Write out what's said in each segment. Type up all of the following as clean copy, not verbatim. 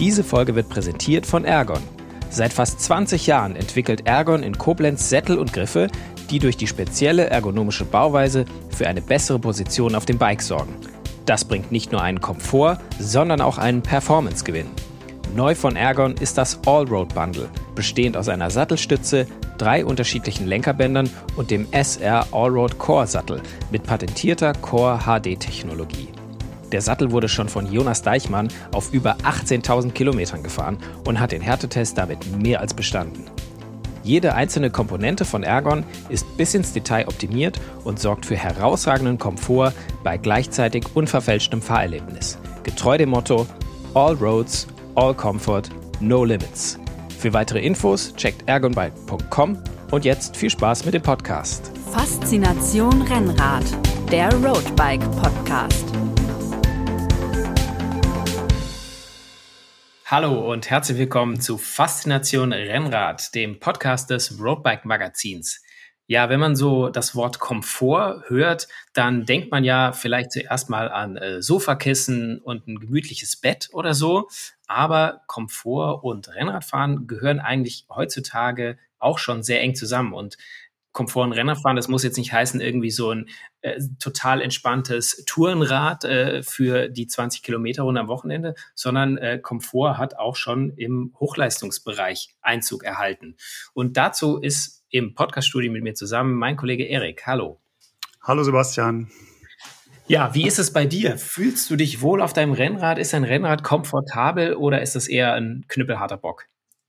Diese Folge wird präsentiert von Ergon. Seit fast 20 Jahren entwickelt Ergon in Koblenz Sättel und Griffe, die durch die spezielle ergonomische Bauweise für eine bessere Position auf dem Bike sorgen. Das bringt nicht nur einen Komfort, sondern auch einen Performance-Gewinn. Neu von Ergon ist das Allroad Bundle, bestehend aus einer Sattelstütze, 3 unterschiedlichen Lenkerbändern und dem SR Allroad Core Sattel mit patentierter Core HD-Technologie. Der Sattel wurde schon von Jonas Deichmann auf über 18.000 Kilometern gefahren und hat den Härtetest damit mehr als bestanden. Jede einzelne Komponente von Ergon ist bis ins Detail optimiert und sorgt für herausragenden Komfort bei gleichzeitig unverfälschtem Fahrerlebnis. Getreu dem Motto All Roads, All Comfort, No Limits. Für weitere Infos checkt ergonbike.com und jetzt viel Spaß mit dem Podcast. Faszination Rennrad, der Roadbike Podcast. Hallo und herzlich willkommen zu Faszination Rennrad, dem Podcast des Roadbike Magazins. Ja, wenn man so das Wort Komfort hört, dann denkt man ja vielleicht zuerst mal an Sofakissen und ein gemütliches Bett oder so. Aber Komfort und Rennradfahren gehören eigentlich heutzutage auch schon sehr eng zusammen. Und Komfort und Rennradfahren, das muss jetzt nicht heißen, irgendwie so ein total entspanntes Tourenrad für die 20 Kilometer Runde am Wochenende, sondern Komfort hat auch schon im Hochleistungsbereich Einzug erhalten. Und dazu ist im Podcast-Studio mit mir zusammen mein Kollege Erik. Hallo. Hallo Sebastian. Ja, wie ist es bei dir? Fühlst du dich wohl auf deinem Rennrad? Ist dein Rennrad komfortabel oder ist das eher ein knüppelharter Bock?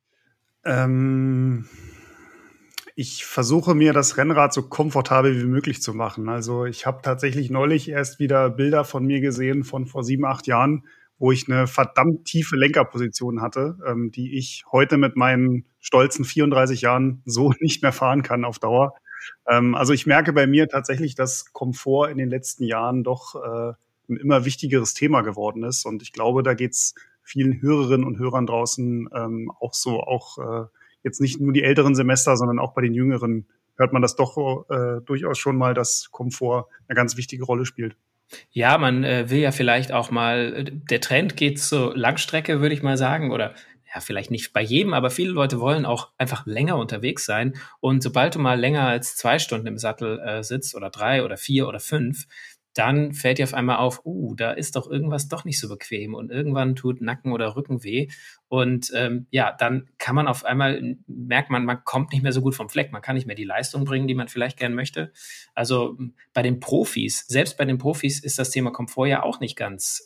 Ich versuche mir das Rennrad so komfortabel wie möglich zu machen. Also ich habe tatsächlich neulich erst wieder Bilder von mir gesehen von vor 7, 8 Jahren, wo ich eine verdammt tiefe Lenkerposition hatte, die ich heute mit meinen stolzen 34 Jahren so nicht mehr fahren kann auf Dauer. Also ich merke bei mir tatsächlich, dass Komfort in den letzten Jahren doch ein immer wichtigeres Thema geworden ist. Und ich glaube, da geht's vielen Hörerinnen und Hörern draußen auch so, jetzt nicht nur die älteren Semester, sondern auch bei den jüngeren hört man das doch durchaus schon mal, dass Komfort eine ganz wichtige Rolle spielt. Ja, man will ja vielleicht auch mal, der Trend geht zur Langstrecke, würde ich mal sagen, oder ja, vielleicht nicht bei jedem, aber viele Leute wollen auch einfach länger unterwegs sein. Und sobald du mal länger als 2 Stunden im Sattel sitzt oder 3 oder 4 oder 5, dann fällt dir auf einmal auf, da ist doch irgendwas doch nicht so bequem und irgendwann tut Nacken oder Rücken weh und dann kann man auf einmal, merkt man, man kommt nicht mehr so gut vom Fleck, man kann nicht mehr die Leistung bringen, die man vielleicht gern möchte. Also bei den Profis, selbst bei den Profis ist das Thema Komfort ja auch nicht ganz,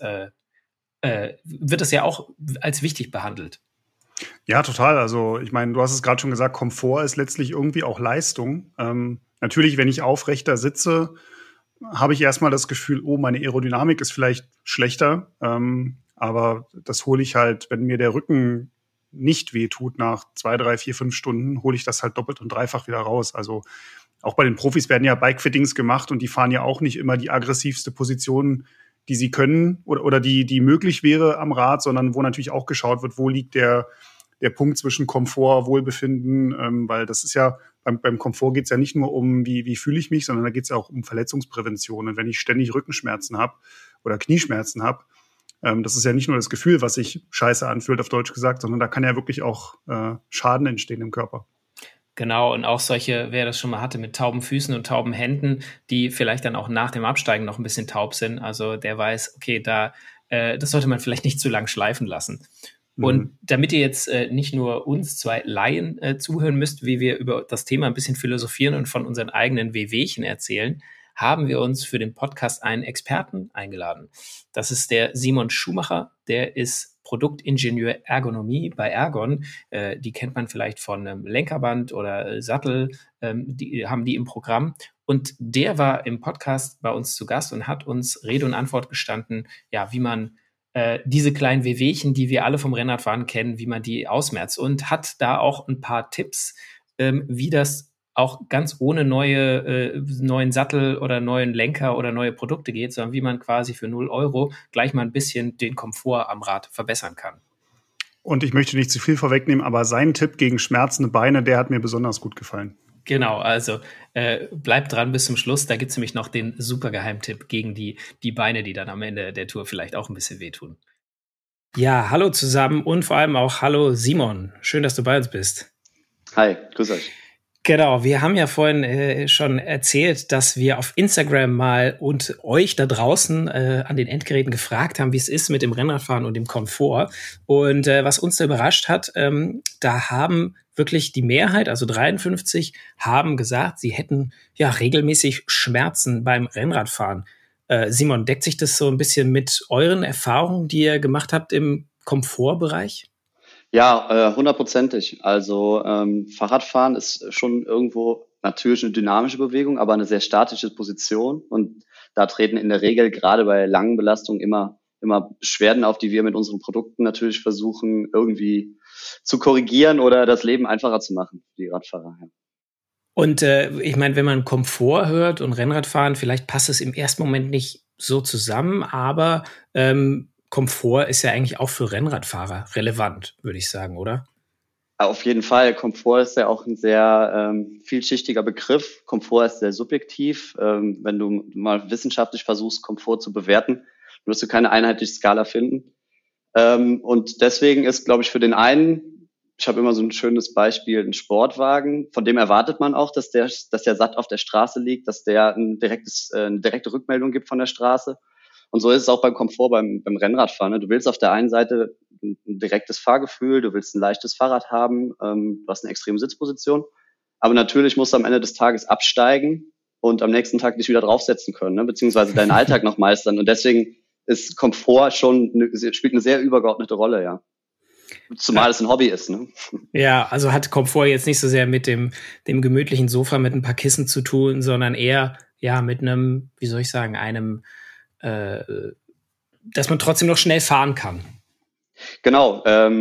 wird es ja auch als wichtig behandelt. Ja, total. Also ich meine, du hast es gerade schon gesagt, Komfort ist letztlich irgendwie auch Leistung. Natürlich, wenn ich aufrechter sitze, habe ich erstmal das Gefühl, meine Aerodynamik ist vielleicht schlechter. Aber das hole ich halt, wenn mir der Rücken nicht wehtut nach 2, 3, 4, 5 Stunden, hole ich das halt doppelt und dreifach wieder raus. Also auch bei den Profis werden ja Bike-Fittings gemacht und die fahren ja auch nicht immer die aggressivste Position, die sie können oder die möglich wäre am Rad, sondern wo natürlich auch geschaut wird, wo liegt der Punkt zwischen Komfort, Wohlbefinden, weil das ist ja, beim Komfort geht es ja nicht nur um, wie fühle ich mich, sondern da geht es ja auch um Verletzungsprävention. Und wenn ich ständig Rückenschmerzen habe oder Knieschmerzen habe, das ist ja nicht nur das Gefühl, was sich scheiße anfühlt, auf Deutsch gesagt, sondern da kann ja wirklich auch Schaden entstehen im Körper. Genau, und auch solche, wer das schon mal hatte, mit tauben Füßen und tauben Händen, die vielleicht dann auch nach dem Absteigen noch ein bisschen taub sind. Also der weiß, okay, das sollte man vielleicht nicht zu lang schleifen lassen. Und damit ihr jetzt nicht nur uns 2 Laien zuhören müsst, wie wir über das Thema ein bisschen philosophieren und von unseren eigenen Wehwehchen erzählen, haben wir uns für den Podcast einen Experten eingeladen. Das ist der Simon Schumacher, der ist Produktingenieur Ergonomie bei Ergon. Die kennt man vielleicht von Lenkerband oder Sattel, die haben die im Programm. Und der war im Podcast bei uns zu Gast und hat uns Rede und Antwort gestanden, ja, wie man diese kleinen Wehwehchen, die wir alle vom Rennradfahren kennen, wie man die ausmerzt und hat da auch ein paar Tipps, wie das auch ganz ohne neuen Sattel oder neuen Lenker oder neue Produkte geht, sondern wie man quasi für 0 € gleich mal ein bisschen den Komfort am Rad verbessern kann. Und ich möchte nicht zu viel vorwegnehmen, aber sein Tipp gegen schmerzende Beine, der hat mir besonders gut gefallen. Genau, also bleibt dran bis zum Schluss. Da gibt es nämlich noch den super Geheimtipp gegen die Beine, die dann am Ende der Tour vielleicht auch ein bisschen wehtun. Ja, hallo zusammen und vor allem auch hallo Simon. Schön, dass du bei uns bist. Hi, grüß euch. Genau, wir haben ja vorhin schon erzählt, dass wir auf Instagram mal und euch da draußen an den Endgeräten gefragt haben, wie es ist mit dem Rennradfahren und dem Komfort. Und was uns da überrascht hat, da haben wirklich die Mehrheit, also 53, haben gesagt, sie hätten ja regelmäßig Schmerzen beim Rennradfahren. Simon, deckt sich das so ein bisschen mit euren Erfahrungen, die ihr gemacht habt im Komfortbereich? Ja, 100%. Also Fahrradfahren ist schon irgendwo natürlich eine dynamische Bewegung, aber eine sehr statische Position. Und da treten in der Regel gerade bei langen Belastungen immer Beschwerden auf, die wir mit unseren Produkten natürlich versuchen irgendwie zu korrigieren oder das Leben einfacher zu machen für die Radfahrer. Ja. Und ich meine, wenn man Komfort hört und Rennradfahren, vielleicht passt es im ersten Moment nicht so zusammen, aber Komfort ist ja eigentlich auch für Rennradfahrer relevant, würde ich sagen, oder? Auf jeden Fall. Komfort ist ja auch ein sehr vielschichtiger Begriff. Komfort ist sehr subjektiv. Wenn du mal wissenschaftlich versuchst, Komfort zu bewerten, wirst du keine einheitliche Skala finden. Und deswegen ist, glaube ich, für den einen, ich habe immer so ein schönes Beispiel, ein Sportwagen, von dem erwartet man auch, dass der satt auf der Straße liegt, dass der eine direkte Rückmeldung gibt von der Straße. Und so ist es auch beim Komfort, beim Rennradfahren. Ne? Du willst auf der einen Seite ein direktes Fahrgefühl, du willst ein leichtes Fahrrad haben, du hast eine extreme Sitzposition. Aber natürlich musst du am Ende des Tages absteigen und am nächsten Tag dich wieder draufsetzen können, ne? Beziehungsweise deinen Alltag noch meistern. Und deswegen ist Komfort spielt eine sehr übergeordnete Rolle, ja. Zumal es ein Hobby ist, ne? Ja, also hat Komfort jetzt nicht so sehr mit dem gemütlichen Sofa mit ein paar Kissen zu tun, sondern eher, ja, mit einem, wie soll ich sagen, dass man trotzdem noch schnell fahren kann. Genau,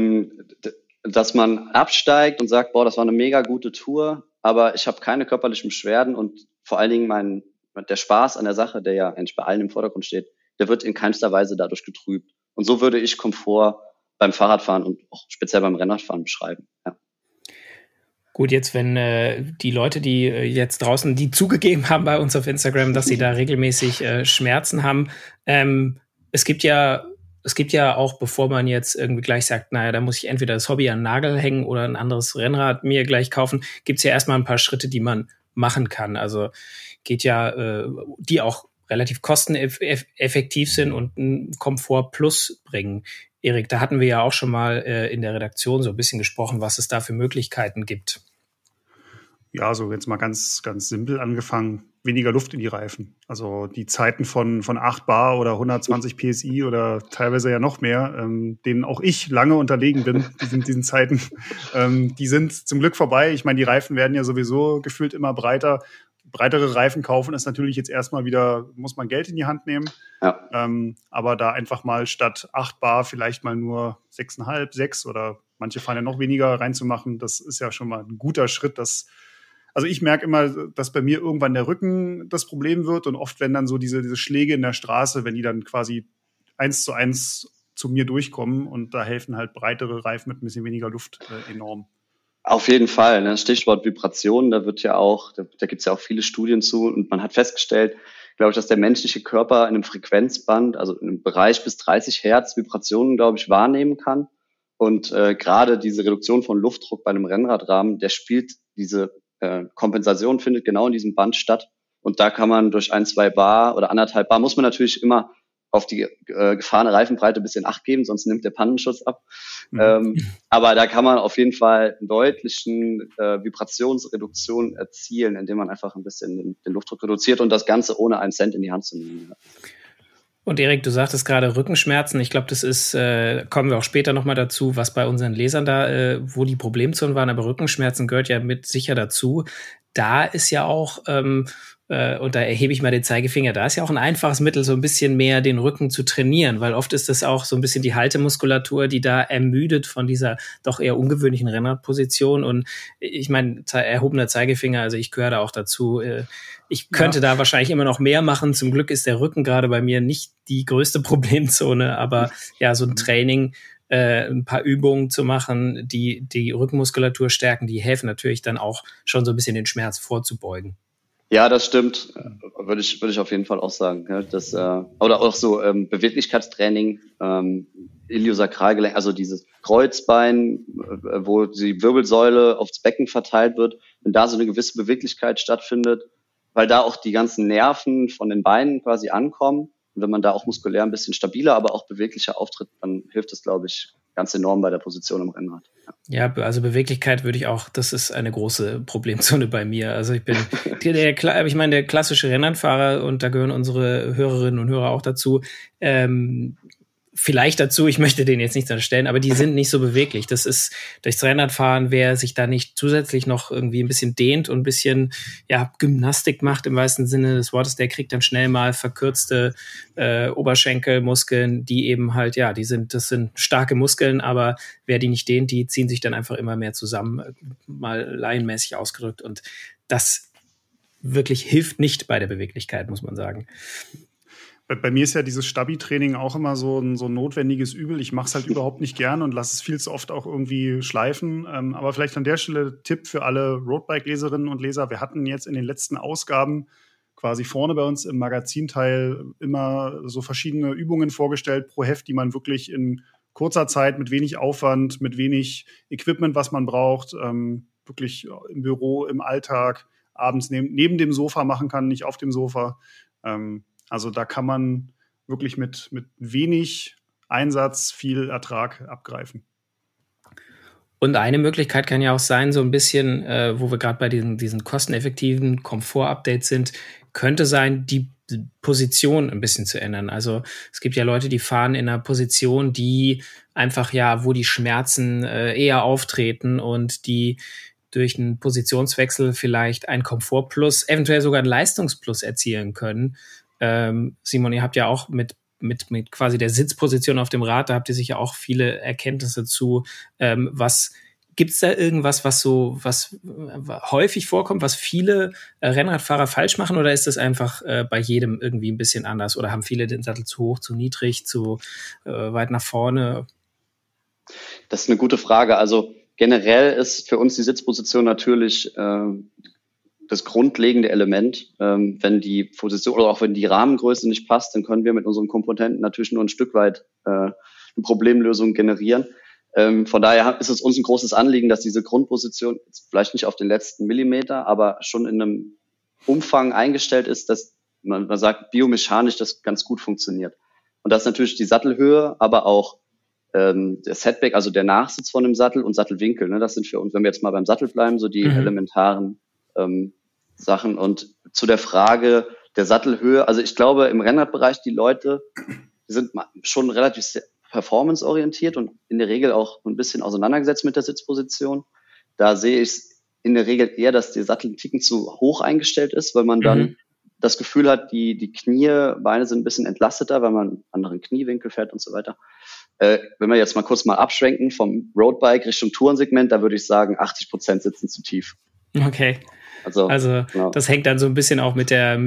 dass man absteigt und sagt, boah, das war eine mega gute Tour, aber ich habe keine körperlichen Beschwerden und vor allen Dingen der Spaß an der Sache, der ja eigentlich bei allen im Vordergrund steht, der wird in keinster Weise dadurch getrübt. Und so würde ich Komfort beim Fahrradfahren und auch speziell beim Rennradfahren beschreiben. Ja. Gut, jetzt wenn die Leute, die jetzt draußen, die zugegeben haben bei uns auf Instagram, dass sie da regelmäßig Schmerzen haben, es gibt ja auch, bevor man jetzt irgendwie gleich sagt, naja, da muss ich entweder das Hobby an den Nagel hängen oder ein anderes Rennrad mir gleich kaufen, gibt's ja erstmal ein paar Schritte, die man machen kann. Also geht ja, die auch relativ kosteneffektiv sind und einen Komfort plus bringen. Erik, da hatten wir ja auch schon mal in der Redaktion so ein bisschen gesprochen, was es da für Möglichkeiten gibt. Ja, so jetzt mal ganz, ganz simpel angefangen. Weniger Luft in die Reifen. Also die Zeiten von 8 Bar oder 120 PSI oder teilweise ja noch mehr, denen auch ich lange unterlegen bin, diesen Zeiten, die sind zum Glück vorbei. Ich meine, die Reifen werden ja sowieso gefühlt immer breiter. Breitere Reifen kaufen ist natürlich jetzt erstmal wieder, muss man Geld in die Hand nehmen. Ja. Aber da einfach mal statt 8 Bar vielleicht mal nur 6,5, 6 oder manche fahren ja noch weniger reinzumachen, das ist ja schon mal ein guter Schritt. Also ich merke immer, dass bei mir irgendwann der Rücken das Problem wird und oft, wenn dann so diese Schläge in der Straße, wenn die dann quasi 1:1 zu mir durchkommen und da helfen halt breitere Reifen mit ein bisschen weniger Luft enorm. Auf jeden Fall, ne? Stichwort Vibration, da gibt es ja auch viele Studien zu und man hat festgestellt, glaube ich, dass der menschliche Körper in einem Frequenzband, also in einem Bereich bis 30 Hertz Vibrationen, glaube ich, wahrnehmen kann. Und gerade diese Reduktion von Luftdruck bei einem Rennradrahmen, der spielt diese Kompensation findet genau in diesem Band statt. Und da kann man durch 1, 2 Bar oder 1,5 Bar, muss man natürlich immer auf die gefahrene Reifenbreite ein bisschen Acht geben, sonst nimmt der Pannenschutz ab. Aber da kann man auf jeden Fall einen deutlichen Vibrationsreduktion erzielen, indem man einfach ein bisschen den Luftdruck reduziert und das Ganze ohne 1 Cent in die Hand zu nehmen. Und Erik, du sagtest gerade Rückenschmerzen. Ich glaube, das ist, kommen wir auch später nochmal dazu, was bei unseren Lesern da, wo die Problemzonen waren. Aber Rückenschmerzen gehört ja mit sicher dazu. Da ist ja auch, und da erhebe ich mal den Zeigefinger, da ist ja auch ein einfaches Mittel, so ein bisschen mehr den Rücken zu trainieren, weil oft ist das auch so ein bisschen die Haltemuskulatur, die da ermüdet von dieser doch eher ungewöhnlichen Rennradposition. Und ich meine, erhobener Zeigefinger, also ich gehöre da auch dazu. Ich könnte da wahrscheinlich immer noch mehr machen. Zum Glück ist der Rücken gerade bei mir nicht die größte Problemzone, aber ja, so ein Training, ein paar Übungen zu machen, die Rückenmuskulatur stärken, die helfen natürlich dann auch schon so ein bisschen den Schmerz vorzubeugen. Ja, das stimmt. Würde ich auf jeden Fall auch sagen. Ja, oder auch so Beweglichkeitstraining, Iliosakralgelenk, also dieses Kreuzbein, wo die Wirbelsäule aufs Becken verteilt wird, wenn da so eine gewisse Beweglichkeit stattfindet, weil da auch die ganzen Nerven von den Beinen quasi ankommen. Und wenn man da auch muskulär ein bisschen stabiler, aber auch beweglicher auftritt, dann hilft es, glaube ich, ganz enorm bei der Position im Rennrad. Ja, also Beweglichkeit würde ich auch, das ist eine große Problemzone bei mir. Also ich bin der klassische Rennradfahrer, und da gehören unsere Hörerinnen und Hörer auch dazu, vielleicht dazu, ich möchte denen jetzt nichts unterstellen, aber die sind nicht so beweglich. Das ist durchs Rennradfahren, wer sich da nicht zusätzlich noch irgendwie ein bisschen dehnt und ein bisschen Gymnastik macht im wahrsten Sinne des Wortes, der kriegt dann schnell mal verkürzte Oberschenkelmuskeln, die eben halt, das sind starke Muskeln, aber wer die nicht dehnt, die ziehen sich dann einfach immer mehr zusammen, mal laienmäßig ausgedrückt, und das wirklich hilft nicht bei der Beweglichkeit, muss man sagen. Bei mir ist ja dieses Stabi-Training auch immer so ein notwendiges Übel. Ich mache es halt überhaupt nicht gern und lasse es viel zu oft auch irgendwie schleifen. Aber vielleicht an der Stelle Tipp für alle Roadbike-Leserinnen und Leser. Wir hatten jetzt in den letzten Ausgaben quasi vorne bei uns im Magazinteil immer so verschiedene Übungen vorgestellt pro Heft, die man wirklich in kurzer Zeit mit wenig Aufwand, mit wenig Equipment, was man braucht, wirklich im Büro, im Alltag, abends neben dem Sofa machen kann, nicht auf dem Sofa. Also da kann man wirklich mit wenig Einsatz viel Ertrag abgreifen. Und eine Möglichkeit kann ja auch sein, so ein bisschen, wo wir gerade bei diesen kosteneffektiven Komfort-Updates sind, könnte sein, die Position ein bisschen zu ändern. Also es gibt ja Leute, die fahren in einer Position, die einfach wo die Schmerzen eher auftreten und die durch einen Positionswechsel vielleicht ein Komfortplus, eventuell sogar ein Leistungsplus erzielen können. Simon, ihr habt ja auch mit quasi der Sitzposition auf dem Rad, da habt ihr sicher auch viele Erkenntnisse zu. Gibt's da irgendwas, was häufig vorkommt, was viele Rennradfahrer falsch machen, oder ist das einfach bei jedem irgendwie ein bisschen anders? Oder haben viele den Sattel zu hoch, zu niedrig, zu weit nach vorne? Das ist eine gute Frage. Also generell ist für uns die Sitzposition natürlich das grundlegende Element. Wenn die Position oder auch wenn die Rahmengröße nicht passt, dann können wir mit unseren Komponenten natürlich nur ein Stück weit eine Problemlösung generieren. Von daher ist es uns ein großes Anliegen, dass diese Grundposition jetzt vielleicht nicht auf den letzten Millimeter, aber schon in einem Umfang eingestellt ist, dass man sagt, biomechanisch das ganz gut funktioniert. Und das ist natürlich die Sattelhöhe, aber auch der Setback, also der Nachsitz von dem Sattel und Sattelwinkel. Ne? Das sind für uns, wenn wir jetzt mal beim Sattel bleiben, so die elementaren Sachen. Und zu der Frage der Sattelhöhe, also ich glaube, im Rennradbereich, die Leute sind schon relativ performanceorientiert und in der Regel auch ein bisschen auseinandergesetzt mit der Sitzposition. Da sehe ich es in der Regel eher, dass der Sattel einen Ticken zu hoch eingestellt ist, weil man dann das Gefühl hat, die Beine sind ein bisschen entlasteter, weil man einen anderen Kniewinkel fährt und so weiter. Wenn wir jetzt mal kurz mal vom Roadbike Richtung Tourensegment, da würde ich sagen, 80% sitzen zu tief. Okay. Also genau. Das hängt dann so ein bisschen auch mit der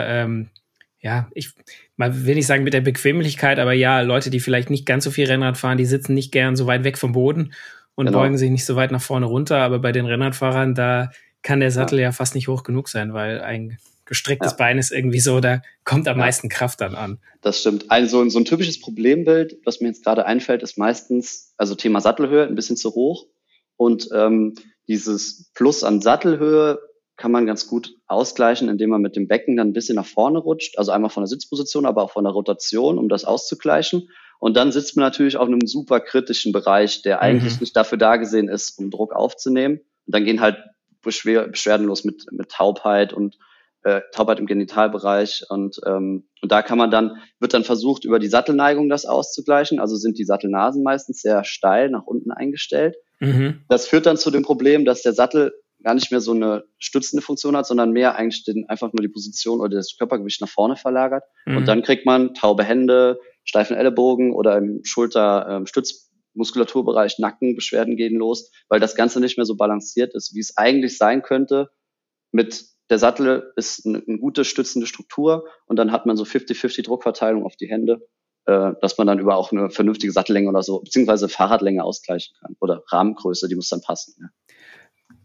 ich will nicht sagen mit der Bequemlichkeit, aber Leute, die vielleicht nicht ganz so viel Rennrad fahren, die sitzen nicht gern so weit weg vom Boden und beugen sich nicht so weit nach vorne runter, aber bei den Rennradfahrern, da kann der Sattel ja fast nicht hoch genug sein, weil ein gestrecktes Bein ist irgendwie so, da kommt am meisten Kraft dann an. Das stimmt. Also so ein typisches Problembild, was mir jetzt gerade einfällt, ist meistens, also Thema Sattelhöhe, ein bisschen zu hoch. Und dieses Plus an Sattelhöhe kann man ganz gut ausgleichen, indem man mit dem Becken dann ein bisschen nach vorne rutscht, also einmal von der Sitzposition, aber auch von der Rotation, um das auszugleichen. Und dann sitzt man natürlich auf einem super kritischen Bereich, der eigentlich nicht dafür da gesehen ist, um Druck aufzunehmen. Und dann gehen halt Beschwerden los mit Taubheit und Taubheit im Genitalbereich und da wird dann versucht, über die Sattelneigung das auszugleichen. Also sind die Sattelnasen meistens sehr steil nach unten eingestellt. Das führt dann zu dem Problem, dass der Sattel gar nicht mehr so eine stützende Funktion hat, sondern mehr eigentlich einfach nur die Position oder das Körpergewicht nach vorne verlagert. Und dann kriegt man taube Hände, steifen Ellenbogen oder im Stützmuskulaturbereich Nackenbeschwerden gehen los, weil das Ganze nicht mehr so balanciert ist, wie es eigentlich sein könnte. Der Sattel ist eine gute stützende Struktur und dann hat man so 50-50 Druckverteilung auf die Hände, dass man dann über auch eine vernünftige Sattellänge oder so, beziehungsweise Fahrradlänge ausgleichen kann oder Rahmengröße, die muss dann passen. Ja.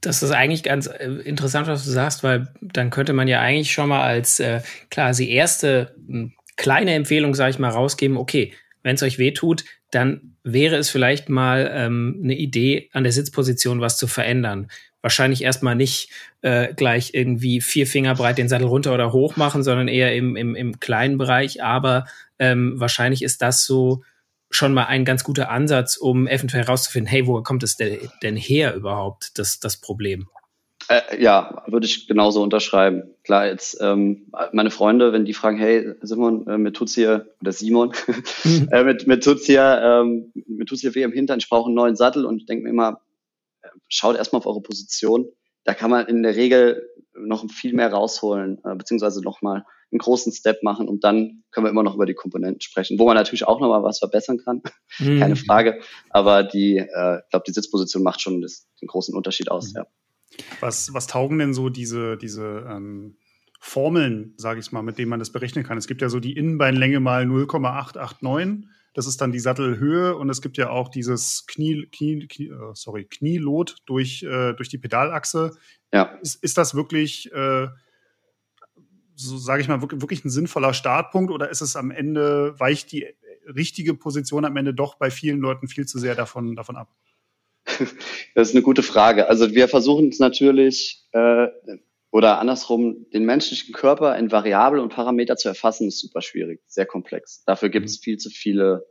Das ist eigentlich ganz interessant, was du sagst, weil dann könnte man ja eigentlich schon mal als quasi erste kleine Empfehlung, sage ich mal, rausgeben, okay, wenn es euch wehtut, dann wäre es vielleicht mal eine Idee, an der Sitzposition was zu verändern. Wahrscheinlich erstmal nicht gleich irgendwie 4 Finger breit den Sattel runter oder hoch machen, sondern eher im kleinen Bereich. Aber wahrscheinlich ist das so schon mal ein ganz guter Ansatz, um eventuell herauszufinden, hey, woher kommt es denn her überhaupt, das Problem? Ja, würde ich genauso unterschreiben. Klar, jetzt meine Freunde, wenn die fragen, hey Simon, mir tut's hier, oder Simon, mir tut's hier weh im Hintern, ich brauche einen neuen Sattel, und ich denke mir immer, schaut erstmal auf eure Position. Da kann man in der Regel noch viel mehr rausholen, beziehungsweise nochmal einen großen Step machen, und dann können wir immer noch über die Komponenten sprechen, wo man natürlich auch nochmal was verbessern kann, keine Frage. Aber ich glaube, die Sitzposition macht schon den großen Unterschied aus, ja. Was taugen denn so diese Formeln, sage ich mal, mit denen man das berechnen kann? Es gibt ja so die Innenbeinlänge mal 0,889. Das ist dann die Sattelhöhe, und es gibt ja auch dieses Knielot durch die Pedalachse. Ja. Ist das wirklich, so sage ich mal, wirklich ein sinnvoller Startpunkt, oder ist es am Ende, weicht die richtige Position am Ende doch bei vielen Leuten viel zu sehr davon ab? Das ist eine gute Frage. Also wir versuchen es natürlich, oder andersrum, den menschlichen Körper in Variablen und Parameter zu erfassen, ist super schwierig, sehr komplex. Dafür gibt es viel zu viele,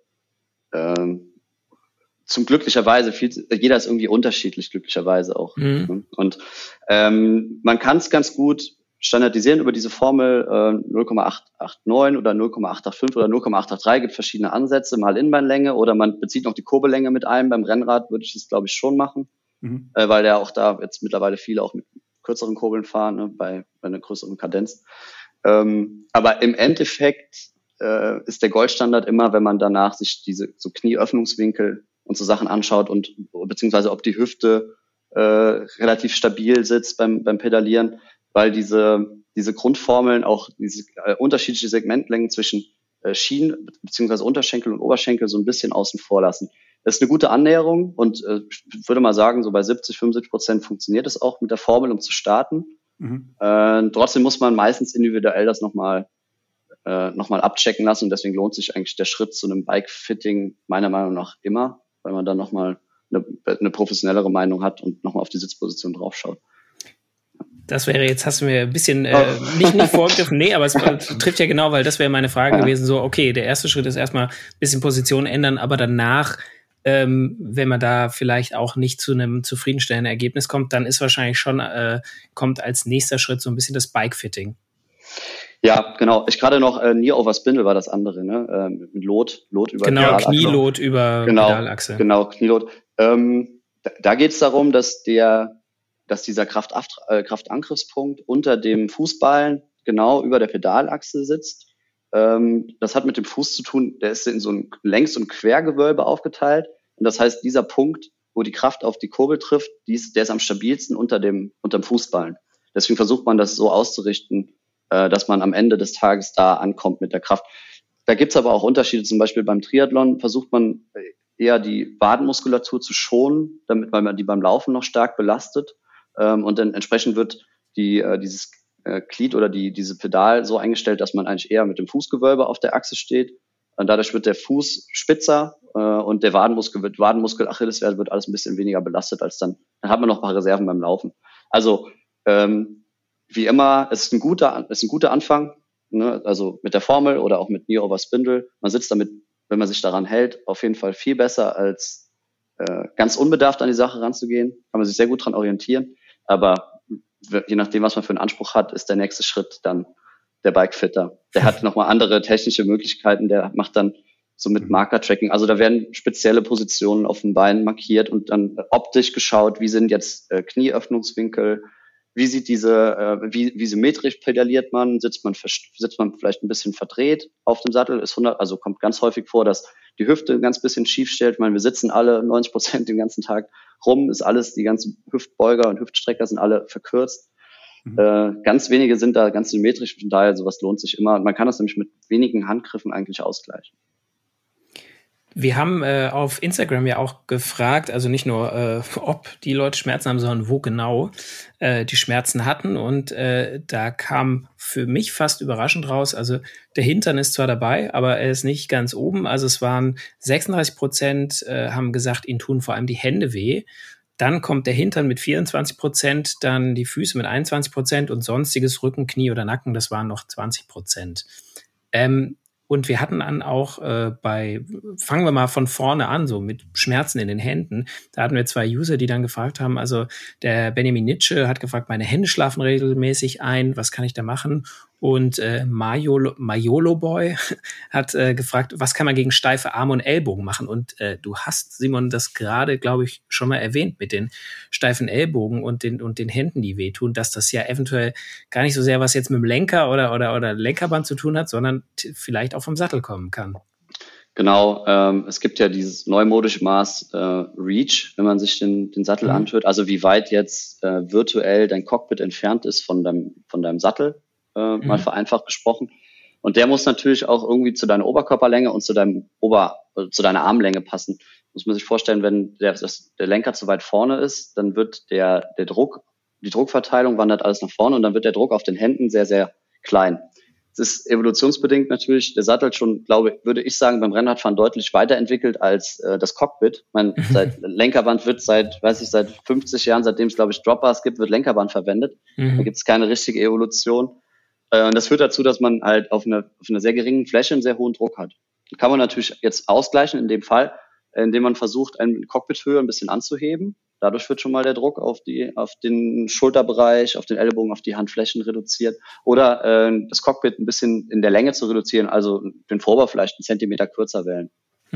zum glücklicherweise, jeder ist irgendwie unterschiedlich, glücklicherweise auch. Und man kann es ganz gut standardisieren über diese Formel 0,889 oder 0,885 oder 0,883, gibt verschiedene Ansätze, mal Innenbeinlänge, oder man bezieht noch die Kurbellänge mit ein. Beim Rennrad würde ich das, glaube ich, schon machen, weil ja auch da jetzt mittlerweile viele auch mit kürzeren Kurbeln fahren, ne, bei einer größeren Kadenz. Aber im Endeffekt ist der Goldstandard immer, wenn man danach sich diese so Knieöffnungswinkel und so Sachen anschaut, und beziehungsweise ob die Hüfte relativ stabil sitzt beim Pedalieren, weil diese Grundformeln auch diese unterschiedliche Segmentlängen zwischen Schienen beziehungsweise Unterschenkel und Oberschenkel so ein bisschen außen vor lassen. Das ist eine gute Annäherung, und ich würde mal sagen, so bei 70-75% funktioniert es auch mit der Formel, um zu starten. Trotzdem muss man meistens individuell das nochmal abchecken lassen, und deswegen lohnt sich eigentlich der Schritt zu einem Bike-Fitting meiner Meinung nach immer, weil man dann nochmal eine professionellere Meinung hat und nochmal auf die Sitzposition draufschaut. Das wäre, jetzt hast du mir ein bisschen nicht vorgegriffen, nee, aber es trifft ja genau, weil das wäre meine Frage gewesen, so, okay, der erste Schritt ist erstmal ein bisschen Position ändern, aber danach, wenn man da vielleicht auch nicht zu einem zufriedenstellenden Ergebnis kommt, dann ist wahrscheinlich schon, kommt als nächster Schritt so ein bisschen das Bike-Fitting. Ja, genau. Ich gerade noch Knee over Spindle war das andere, ne? Mit Lot über Pedalachse. Knielot über Pedalachse. Genau, Knielot. Da geht es darum, dass dieser Kraftangriffspunkt unter dem Fußballen genau über der Pedalachse sitzt. Das hat mit dem Fuß zu tun, der ist in so ein Längs- und Quergewölbe aufgeteilt. Und das heißt, dieser Punkt, wo die Kraft auf die Kurbel trifft, der ist am stabilsten unterm Fußballen. Deswegen versucht man das so auszurichten, dass man am Ende des Tages da ankommt mit der Kraft. Da gibt's aber auch Unterschiede. Zum Beispiel beim Triathlon versucht man eher die Wadenmuskulatur zu schonen, weil man die beim Laufen noch stark belastet. Und dann entsprechend wird dieses Glied oder diese Pedal so eingestellt, dass man eigentlich eher mit dem Fußgewölbe auf der Achse steht. Und dadurch wird der Fuß spitzer und der Wadenmuskel, Achillessehne wird alles ein bisschen weniger belastet als dann hat man noch ein paar Reserven beim Laufen. Also wie immer, es ist ein guter Anfang, ne? Also mit der Formel oder auch mit Knee over Spindle. Man sitzt damit, wenn man sich daran hält, auf jeden Fall viel besser als ganz unbedarft an die Sache ranzugehen. Kann man sich sehr gut dran orientieren. Aber je nachdem, was man für einen Anspruch hat, ist der nächste Schritt dann der Bikefitter. Der hat nochmal andere technische Möglichkeiten. Der macht dann so mit Marker-Tracking. Also da werden spezielle Positionen auf dem Bein markiert und dann optisch geschaut, wie sind jetzt Knieöffnungswinkel, wie sieht wie symmetrisch pedaliert man, sitzt man vielleicht ein bisschen verdreht auf dem Sattel, also kommt ganz häufig vor, dass die Hüfte ein ganz bisschen schief stellt. Ich meine, wir sitzen alle 90% den ganzen Tag rum, ist alles, die ganzen Hüftbeuger und Hüftstrecker sind alle verkürzt. Ganz wenige sind da ganz symmetrisch, von daher sowas lohnt sich immer. Man kann das nämlich mit wenigen Handgriffen eigentlich ausgleichen. Wir haben auf Instagram ja auch gefragt, also nicht nur, ob die Leute Schmerzen haben, sondern wo genau die Schmerzen hatten. Und da kam für mich fast überraschend raus, also der Hintern ist zwar dabei, aber er ist nicht ganz oben. Also es waren 36% haben gesagt, ihnen tun vor allem die Hände weh. Dann kommt der Hintern mit 24%, dann die Füße mit 21% und sonstiges Rücken, Knie oder Nacken, das waren noch 20%. Und wir hatten dann auch fangen wir mal von vorne an, so mit Schmerzen in den Händen. Da hatten wir 2 User, die dann gefragt haben, also der Benjamin Nitsche hat gefragt, meine Hände schlafen regelmäßig ein, was kann ich da machen? Und Mayolo Boy hat gefragt, was kann man gegen steife Arme und Ellbogen machen? Und du hast, Simon, das gerade, glaube ich, schon mal erwähnt mit den steifen Ellbogen und den Händen, die wehtun, dass das ja eventuell gar nicht so sehr was jetzt mit dem Lenker oder Lenkerband zu tun hat, sondern vielleicht auch vom Sattel kommen kann. Genau, es gibt ja dieses neumodische Maß Reach, wenn man sich den Sattel anhört, also wie weit jetzt virtuell dein Cockpit entfernt ist von deinem Sattel. Mal vereinfacht gesprochen. Und der muss natürlich auch irgendwie zu deiner Oberkörperlänge und zu deiner Armlänge passen. Muss man sich vorstellen, wenn der Lenker zu weit vorne ist, dann wird die Druckverteilung wandert alles nach vorne und dann wird der Druck auf den Händen sehr, sehr klein. Es ist evolutionsbedingt natürlich der Sattel schon, würde ich sagen, beim Rennradfahren deutlich weiterentwickelt als das Cockpit. Lenkerband wird seit 50 Jahren, seitdem es, glaube ich, Dropbars gibt, wird Lenkerband verwendet. Da gibt es keine richtige Evolution. Und das führt dazu, dass man halt auf einer sehr geringen Fläche einen sehr hohen Druck hat. Das kann man natürlich jetzt ausgleichen in dem Fall, indem man versucht, eine Cockpithöhe ein bisschen anzuheben. Dadurch wird schon mal der Druck auf den Schulterbereich, auf den Ellbogen, auf die Handflächen reduziert. Oder das Cockpit ein bisschen in der Länge zu reduzieren, also den Vorbau vielleicht 1 Zentimeter kürzer wählen.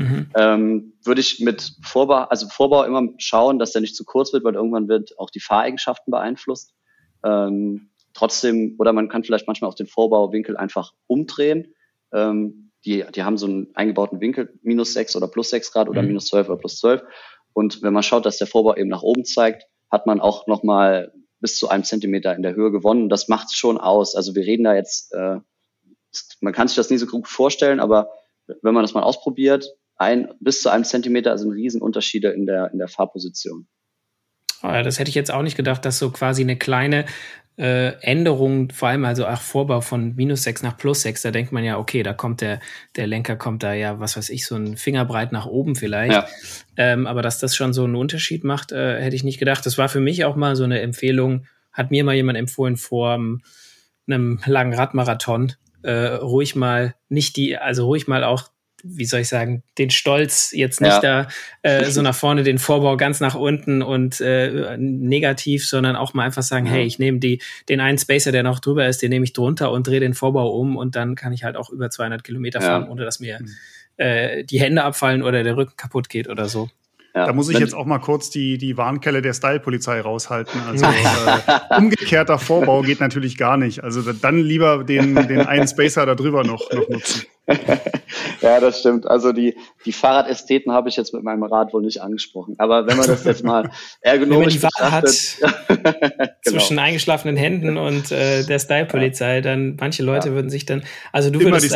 Würde ich mit Vorbau immer schauen, dass der nicht zu kurz wird, weil irgendwann wird auch die Fahreigenschaften beeinflusst. Trotzdem, oder man kann vielleicht manchmal auch den Vorbauwinkel einfach umdrehen. Die haben so einen eingebauten Winkel, -6 oder +6 Grad oder -12 oder +12. Und wenn man schaut, dass der Vorbau eben nach oben zeigt, hat man auch nochmal bis zu 1 Zentimeter in der Höhe gewonnen. Das macht es schon aus. Also wir reden da jetzt, man kann sich das nie so gut vorstellen, aber wenn man das mal ausprobiert, bis zu 1 Zentimeter sind Riesenunterschiede in der Fahrposition. Oh ja, das hätte ich jetzt auch nicht gedacht, dass so quasi eine kleine Änderung, vor allem also auch Vorbau von -6 nach +6, da denkt man ja, okay, da kommt der Lenker kommt da ja, was weiß ich, so ein Fingerbreit nach oben vielleicht. Ja. Aber dass das schon so einen Unterschied macht, hätte ich nicht gedacht. Das war für mich auch mal so eine Empfehlung, hat mir mal jemand empfohlen vor einem langen Radmarathon, ruhig mal auch, wie soll ich sagen, den Stolz jetzt nicht so nach vorne, den Vorbau ganz nach unten und negativ, sondern auch mal einfach sagen, hey, ich nehme den einen Spacer, der noch drüber ist, den nehme ich drunter und drehe den Vorbau um und dann kann ich halt auch über 200 Kilometer fahren, ohne dass mir die Hände abfallen oder der Rücken kaputt geht oder so. Ja, da muss ich jetzt auch mal kurz die Warnkelle der Style-Polizei raushalten. Also umgekehrter Vorbau geht natürlich gar nicht. Also dann lieber den einen Spacer da drüber noch nutzen. Ja, das stimmt. Also die Fahrradästheten habe ich jetzt mit meinem Rad wohl nicht angesprochen. Aber wenn man das jetzt mal ergonomisch betrachtet, zwischen eingeschlafenen Händen und der Style-Polizei, dann manche Leute würden sich dann, also du würdest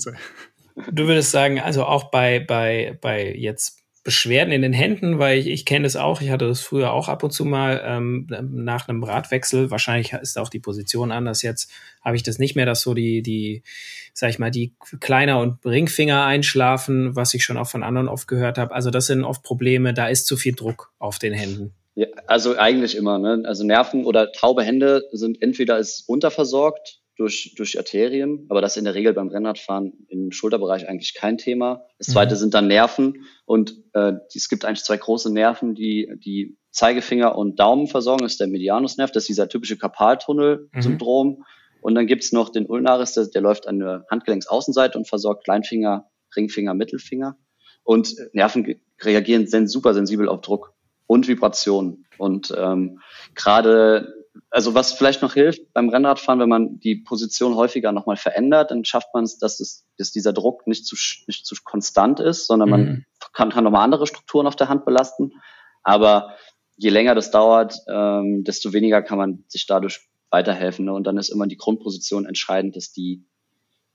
sagen, also auch bei jetzt Beschwerden in den Händen, weil ich kenne das auch, ich hatte das früher auch ab und zu mal nach einem Radwechsel, wahrscheinlich ist auch die Position anders, jetzt habe ich das nicht mehr, dass so die sag ich mal, die Kleiner- und Ringfinger einschlafen, was ich schon auch von anderen oft gehört habe, also das sind oft Probleme, da ist zu viel Druck auf den Händen. Ja, also eigentlich immer, ne? Also Nerven oder taube Hände sind entweder unterversorgt durch Arterien, aber das ist in der Regel beim Rennradfahren im Schulterbereich eigentlich kein Thema. Das zweite sind dann Nerven und es gibt eigentlich 2 große Nerven, die Zeigefinger und Daumen versorgen. Das ist der Medianusnerv, das ist dieser typische Karpaltunnel-Syndrom. Und dann gibt's noch den Ulnaris, der läuft an der Handgelenksaußenseite und versorgt Kleinfinger, Ringfinger, Mittelfinger. Und Nerven reagieren super sensibel auf Druck und Vibrationen. Und gerade also was vielleicht noch hilft beim Rennradfahren, wenn man die Position häufiger nochmal verändert, dann schafft man es, dass dieser Druck nicht zu konstant ist, sondern man kann nochmal andere Strukturen auf der Hand belasten. Aber je länger das dauert, desto weniger kann man sich dadurch weiterhelfen. Ne? Und dann ist immer die Grundposition entscheidend, dass die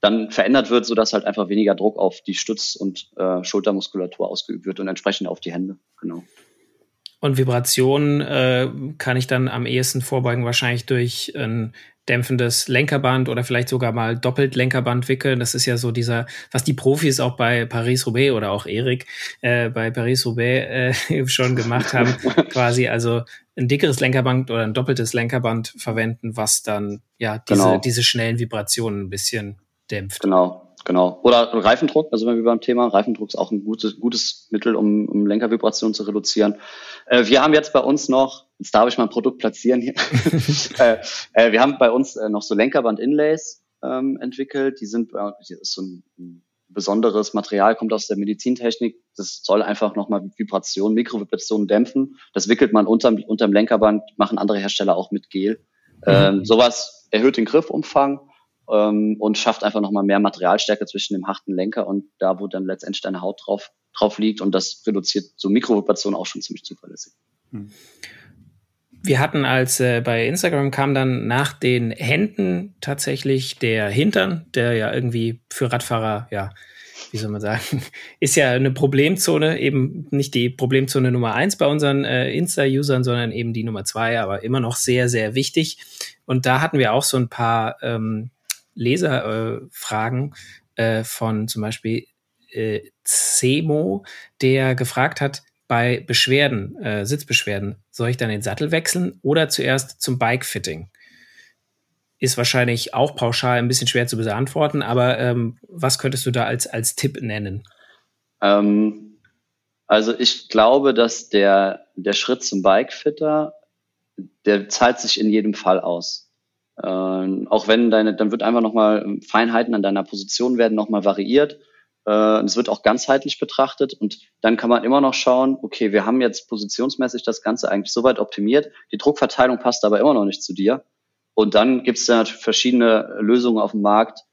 dann verändert wird, sodass halt einfach weniger Druck auf die Stütz- und Schultermuskulatur ausgeübt wird und entsprechend auf die Hände. Genau. Und Vibrationen kann ich dann am ehesten vorbeugen, wahrscheinlich durch ein dämpfendes Lenkerband oder vielleicht sogar mal doppelt Lenkerband wickeln. Das ist ja so was die Profis auch bei Paris-Roubaix oder auch Erik bei Paris-Roubaix schon gemacht haben, quasi also ein dickeres Lenkerband oder ein doppeltes Lenkerband verwenden, was dann diese schnellen Vibrationen ein bisschen dämpft. Genau. Oder Reifendruck, also wenn wir beim Thema Reifendruck ist auch ein gutes Mittel, um Lenkervibrationen zu reduzieren. Wir haben jetzt bei uns noch, jetzt darf ich mal ein Produkt platzieren hier, wir haben bei uns noch so Lenkerband-Inlays entwickelt. Das ist so ein besonderes Material, kommt aus der Medizintechnik. Das soll einfach nochmal Mikrovibrationen dämpfen. Das wickelt man unterm Lenkerband, machen andere Hersteller auch mit Gel. Sowas erhöht den Griffumfang und schafft einfach nochmal mehr Materialstärke zwischen dem harten Lenker und da, wo dann letztendlich deine Haut drauf liegt, und das reduziert so Mikrovibrationen auch schon ziemlich zuverlässig. Wir hatten bei Instagram kam dann nach den Händen tatsächlich der Hintern, der ja irgendwie für Radfahrer, wie soll man sagen, ist ja eine Problemzone, eben nicht die Problemzone Nummer 1 bei unseren Insta-Usern, sondern eben die Nummer 2, aber immer noch sehr, sehr wichtig. Und da hatten wir auch so ein paar Leserfragen von zum Beispiel Zemo, der gefragt hat, bei Beschwerden, Sitzbeschwerden, soll ich dann den Sattel wechseln oder zuerst zum Bike-Fitting? Ist wahrscheinlich auch pauschal ein bisschen schwer zu beantworten, aber was könntest du da als Tipp nennen? Also ich glaube, dass der Schritt zum Bike-Fitter, der zahlt sich in jedem Fall aus. Auch wenn dann wird einfach nochmal Feinheiten an deiner Position werden nochmal variiert. Es wird auch ganzheitlich betrachtet und dann kann man immer noch schauen, okay, wir haben jetzt positionsmäßig das Ganze eigentlich soweit optimiert, die Druckverteilung passt aber immer noch nicht zu dir. Und dann gibt es da verschiedene Lösungen auf dem Markt,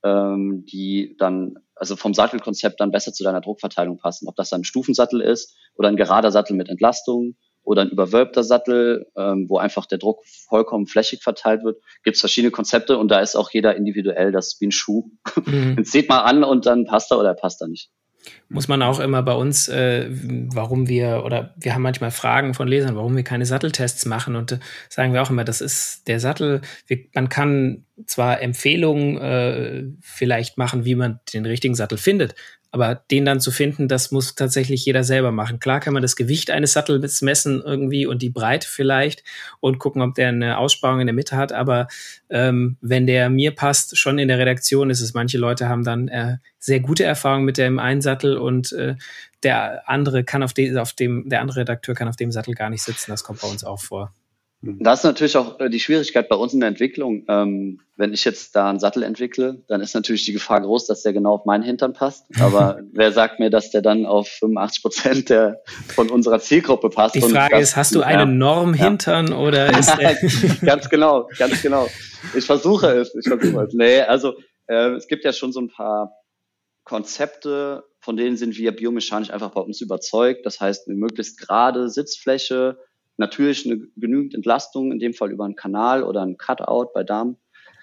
die dann also vom Sattelkonzept dann besser zu deiner Druckverteilung passen. Ob das dann ein Stufensattel ist oder ein gerader Sattel mit Entlastung oder ein überwölbter Sattel, wo einfach der Druck vollkommen flächig verteilt wird. Gibt es verschiedene Konzepte und da ist auch jeder individuell, das ist wie ein Schuh. Den zieht man an und dann passt er oder passt er nicht. Muss man auch immer bei uns, warum wir haben manchmal Fragen von Lesern, warum wir keine Satteltests machen, und sagen wir auch immer, das ist der Sattel, man kann zwar Empfehlungen vielleicht machen, wie man den richtigen Sattel findet, aber den dann zu finden, das muss tatsächlich jeder selber machen. Klar kann man das Gewicht eines Sattels messen irgendwie und die Breite vielleicht und gucken, ob der eine Aussparung in der Mitte hat, aber wenn der mir passt, schon in der Redaktion ist es, manche Leute haben dann sehr gute Erfahrungen mit dem einen Sattel und der andere Redakteur kann auf dem Sattel gar nicht sitzen. Das kommt bei uns auch vor. Das ist natürlich auch die Schwierigkeit bei uns in der Entwicklung. Wenn ich jetzt da einen Sattel entwickle, dann ist natürlich die Gefahr groß, dass der genau auf meinen Hintern passt. Aber wer sagt mir, dass der dann auf 85% von unserer Zielgruppe passt? Die Frage ist, hast du einen Norm-Hintern oder ist der... Ganz genau. Ich versuche es. Nee, also es gibt ja schon so ein paar Konzepte, von denen sind wir biomechanisch einfach bei uns überzeugt. Das heißt, eine möglichst gerade Sitzfläche, natürlich eine genügend Entlastung, in dem Fall über einen Kanal oder einen Cutout bei Damen.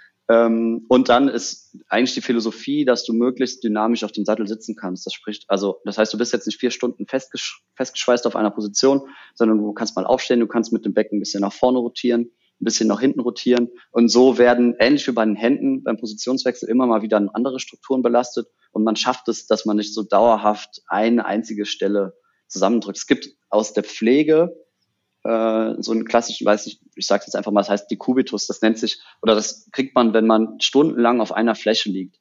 Und dann ist eigentlich die Philosophie, dass du möglichst dynamisch auf dem Sattel sitzen kannst. Das heißt, du bist jetzt nicht 4 Stunden festgeschweißt auf einer Position, sondern du kannst mal aufstehen, du kannst mit dem Becken ein bisschen nach vorne rotieren, ein bisschen nach hinten rotieren. Und so werden, ähnlich wie bei den Händen, beim Positionswechsel immer mal wieder andere Strukturen belastet. Und man schafft es, dass man nicht so dauerhaft eine einzige Stelle zusammendrückt. Es gibt aus der Pflege so einen klassischen, ich sage jetzt einfach mal, das heißt Dekubitus, das nennt sich, oder das kriegt man, wenn man stundenlang auf einer Fläche liegt.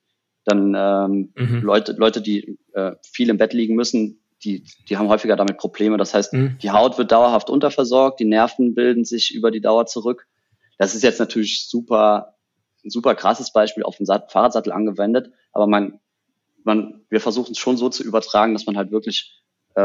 Dann Leute, die viel im Bett liegen müssen, die haben häufiger damit Probleme. Das heißt, die Haut wird dauerhaft unterversorgt, die Nerven bilden sich über die Dauer zurück. Das ist jetzt natürlich ein super krasses Beispiel auf den Fahrradsattel angewendet, aber wir versuchen es schon so zu übertragen, dass man halt wirklich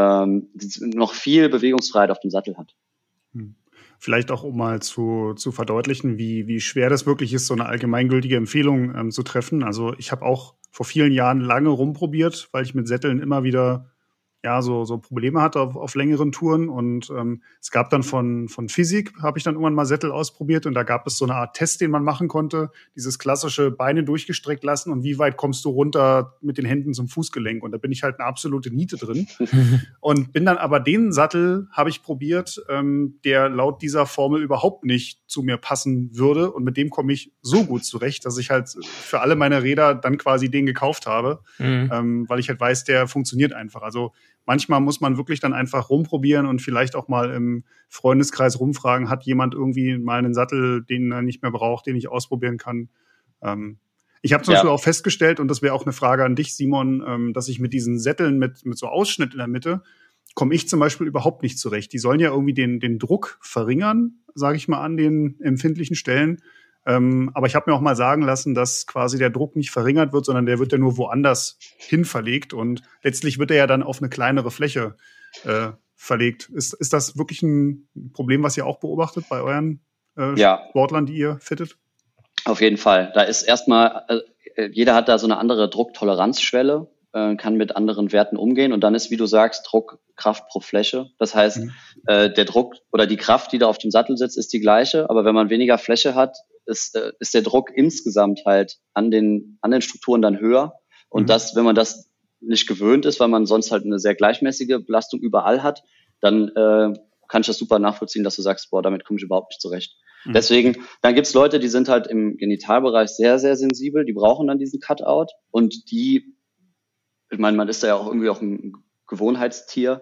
noch viel Bewegungsfreiheit auf dem Sattel hat. Vielleicht auch, um mal zu verdeutlichen, wie schwer das wirklich ist, so eine allgemeingültige Empfehlung zu treffen. Also ich habe auch vor vielen Jahren lange rumprobiert, weil ich mit Sätteln immer wieder so Probleme hatte auf längeren Touren. Und es gab dann von Physik, habe ich dann irgendwann mal Sättel ausprobiert. Und da gab es so eine Art Test, den man machen konnte. Dieses klassische Beine durchgestreckt lassen und wie weit kommst du runter mit den Händen zum Fußgelenk. Und da bin ich halt eine absolute Niete drin. Und bin dann aber den Sattel habe ich probiert, der laut dieser Formel überhaupt nicht zu mir passen würde. Und mit dem komme ich so gut zurecht, dass ich halt für alle meine Räder dann quasi den gekauft habe, weil ich halt weiß, der funktioniert einfach. Also manchmal muss man wirklich dann einfach rumprobieren und vielleicht auch mal im Freundeskreis rumfragen, hat jemand irgendwie mal einen Sattel, den er nicht mehr braucht, den ich ausprobieren kann. Ich habe zum Beispiel auch festgestellt, und das wäre auch eine Frage an dich, Simon, dass ich mit diesen Sätteln mit so Ausschnitt in der Mitte, komme ich zum Beispiel überhaupt nicht zurecht. Die sollen ja irgendwie den Druck verringern, sage ich mal, an den empfindlichen Stellen. Aber ich habe mir auch mal sagen lassen, dass quasi der Druck nicht verringert wird, sondern der wird ja nur woanders hin verlegt. Und letztlich wird er ja dann auf eine kleinere Fläche verlegt. Ist das wirklich ein Problem, was ihr auch beobachtet bei euren Sportlern, die ihr fittet? Auf jeden Fall. Da ist erstmal, jeder hat da so eine andere Drucktoleranzschwelle, kann mit anderen Werten umgehen. Und dann ist, wie du sagst, Druck, Kraft pro Fläche. Das heißt, der Druck oder die Kraft, die da auf dem Sattel sitzt, ist die gleiche. Aber wenn man weniger Fläche hat, ist der Druck insgesamt halt an den Strukturen dann höher. Und das, wenn man das nicht gewöhnt ist, weil man sonst halt eine sehr gleichmäßige Belastung überall hat, dann kann ich das super nachvollziehen, dass du sagst, boah, damit komme ich überhaupt nicht zurecht. Deswegen, dann gibt's Leute, die sind halt im Genitalbereich sehr, sehr sensibel, die brauchen dann diesen Cutout und die, ich meine, man ist da ja auch irgendwie auch ein Gewohnheitstier,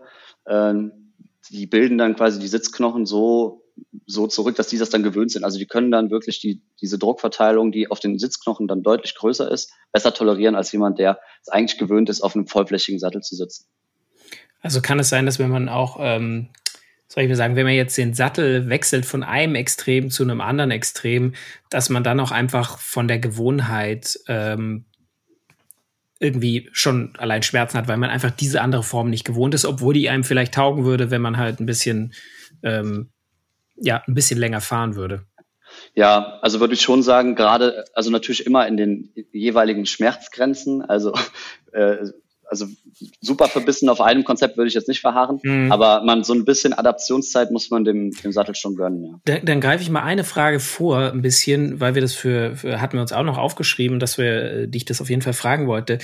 die bilden dann quasi die Sitzknochen so zurück, dass die das dann gewöhnt sind. Also die können dann wirklich diese Druckverteilung, die auf den Sitzknochen dann deutlich größer ist, besser tolerieren als jemand, der es eigentlich gewöhnt ist, auf einem vollflächigen Sattel zu sitzen. Also kann es sein, dass wenn man auch, soll ich mal sagen, wenn man jetzt den Sattel wechselt von einem Extrem zu einem anderen Extrem, dass man dann auch einfach von der Gewohnheit irgendwie schon allein Schmerzen hat, weil man einfach diese andere Form nicht gewohnt ist, obwohl die einem vielleicht taugen würde, wenn man halt ein bisschen länger fahren würde. Ja, also würde ich schon sagen, gerade, also natürlich immer in den jeweiligen Schmerzgrenzen, also super verbissen auf einem Konzept würde ich jetzt nicht verharren, aber so ein bisschen Adaptionszeit muss man dem Sattel schon gönnen. Ja. Dann greife ich mal eine Frage vor, ein bisschen, weil wir das hatten wir uns auch noch aufgeschrieben, dass dich das auf jeden Fall fragen wollte.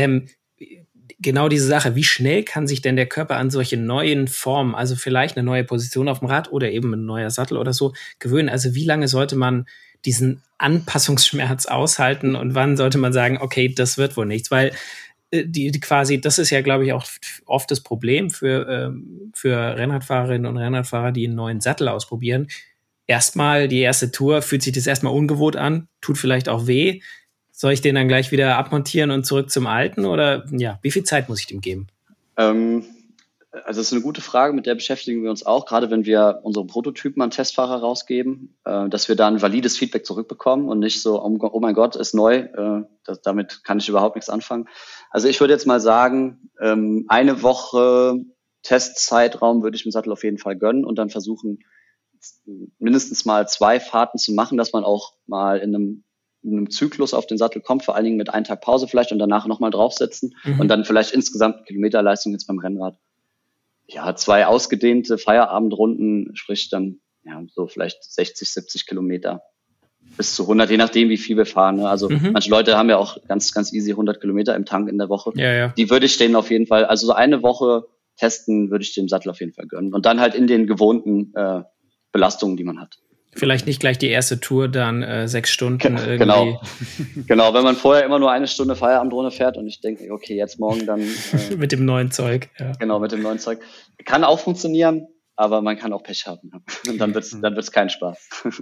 Genau diese Sache, wie schnell kann sich denn der Körper an solche neuen Formen, also vielleicht eine neue Position auf dem Rad oder eben ein neuer Sattel oder so, gewöhnen? Also wie lange sollte man diesen Anpassungsschmerz aushalten und wann sollte man sagen, okay, das wird wohl nichts? Weil die quasi, das ist ja, glaube ich, auch oft das Problem für Rennradfahrerinnen und Rennradfahrer, die einen neuen Sattel ausprobieren. Erstmal, die erste Tour fühlt sich das erstmal ungewohnt an, tut vielleicht auch weh. Soll ich den dann gleich wieder abmontieren und zurück zum Alten? Oder ja, wie viel Zeit muss ich dem geben? Also das ist eine gute Frage, mit der beschäftigen wir uns auch, gerade wenn wir unsere Prototypen an Testfahrer rausgeben, dass wir da ein valides Feedback zurückbekommen und nicht so, oh mein Gott, ist neu, damit kann ich überhaupt nichts anfangen. Also ich würde jetzt mal sagen, eine Woche Testzeitraum würde ich dem Sattel auf jeden Fall gönnen und dann versuchen, mindestens mal 2 Fahrten zu machen, dass man auch mal in einem Zyklus auf den Sattel kommt, vor allen Dingen mit einem Tag Pause vielleicht und danach nochmal draufsetzen und dann vielleicht insgesamt Kilometerleistung jetzt beim Rennrad. Ja, 2 ausgedehnte Feierabendrunden, sprich dann so vielleicht 60, 70 Kilometer bis zu 100, je nachdem, wie viel wir fahren. Ne? Also manche Leute haben ja auch ganz, ganz easy 100 Kilometer im Tank in der Woche. Ja. Die würde ich denen auf jeden Fall, also so eine Woche testen, würde ich dem Sattel auf jeden Fall gönnen. Und dann halt in den gewohnten Belastungen, die man hat. Vielleicht nicht gleich die erste Tour, dann 6 Stunden irgendwie. Genau, wenn man vorher immer nur 1 Stunde Feierabendrunde fährt und ich denke, okay, jetzt morgen dann... mit dem neuen Zeug. Ja. Genau, mit dem neuen Zeug. Kann auch funktionieren, aber man kann auch Pech haben. Und dann wird's kein Spaß.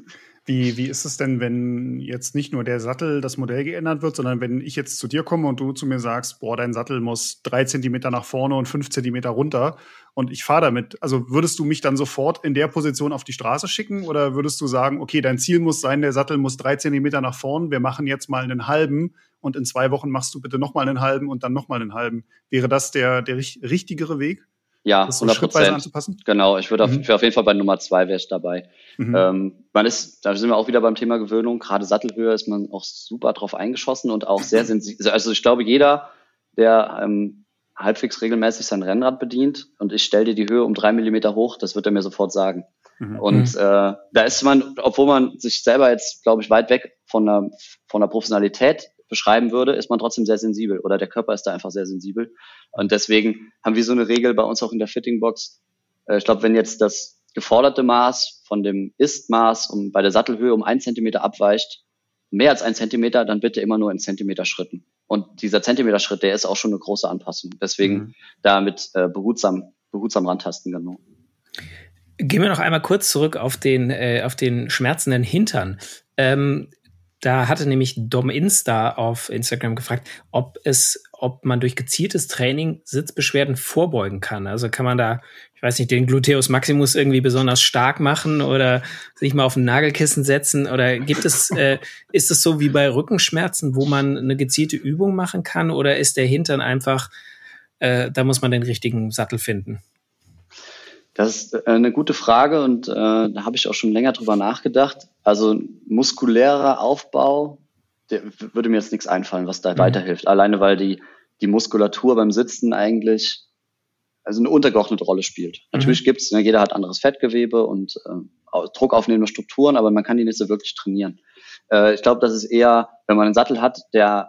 Wie ist es denn, wenn jetzt nicht nur der Sattel, das Modell geändert wird, sondern wenn ich jetzt zu dir komme und du zu mir sagst, boah, dein Sattel muss 3 Zentimeter nach vorne und 5 Zentimeter runter und ich fahre damit. Also würdest du mich dann sofort in der Position auf die Straße schicken oder würdest du sagen, okay, dein Ziel muss sein, der Sattel muss 3 Zentimeter nach vorne, wir machen jetzt mal einen halben und in 2 Wochen machst du bitte nochmal einen halben und dann nochmal einen halben. Wäre das der richtigere Weg? Ja, 100%. Genau, ich würde auf jeden Fall bei Nummer 2 wäre ich dabei. Da sind wir auch wieder beim Thema Gewöhnung. Gerade Sattelhöhe ist man auch super drauf eingeschossen und auch sehr sensibel. Also ich glaube, jeder, der halbwegs regelmäßig sein Rennrad bedient und ich stelle dir die Höhe um 3 Millimeter hoch, das wird er mir sofort sagen. Und da ist man, obwohl man sich selber jetzt, glaube ich, weit weg von der Professionalität beschreiben würde, ist man trotzdem sehr sensibel oder der Körper ist da einfach sehr sensibel. Und deswegen haben wir so eine Regel bei uns auch in der Fittingbox. Ich glaube, wenn jetzt das geforderte Maß von dem Ist-Maß bei der Sattelhöhe um 1 Zentimeter abweicht, mehr als 1 Zentimeter, dann bitte immer nur in Zentimeter-Schritten. Und dieser Zentimeter-Schritt, der ist auch schon eine große Anpassung. Deswegen damit behutsam rantasten, genau. Gehen wir noch einmal kurz zurück auf den schmerzenden Hintern. Da hatte nämlich Dom Insta auf Instagram gefragt, ob man durch gezieltes Training Sitzbeschwerden vorbeugen kann. Also kann man da, ich weiß nicht, den Gluteus Maximus irgendwie besonders stark machen oder sich mal auf ein Nagelkissen setzen? Oder ist es so wie bei Rückenschmerzen, wo man eine gezielte Übung machen kann? Oder ist der Hintern einfach, da muss man den richtigen Sattel finden? Das ist eine gute Frage und da habe ich auch schon länger drüber nachgedacht. Also muskulärer Aufbau, der würde mir jetzt nichts einfallen, was da weiterhilft. Alleine weil die Muskulatur beim Sitzen eigentlich eine untergeordnete Rolle spielt. Natürlich gibt's, jeder hat anderes Fettgewebe und druckaufnehmende Strukturen, aber man kann die nicht so wirklich trainieren. Ich glaube, das ist eher, wenn man einen Sattel hat, der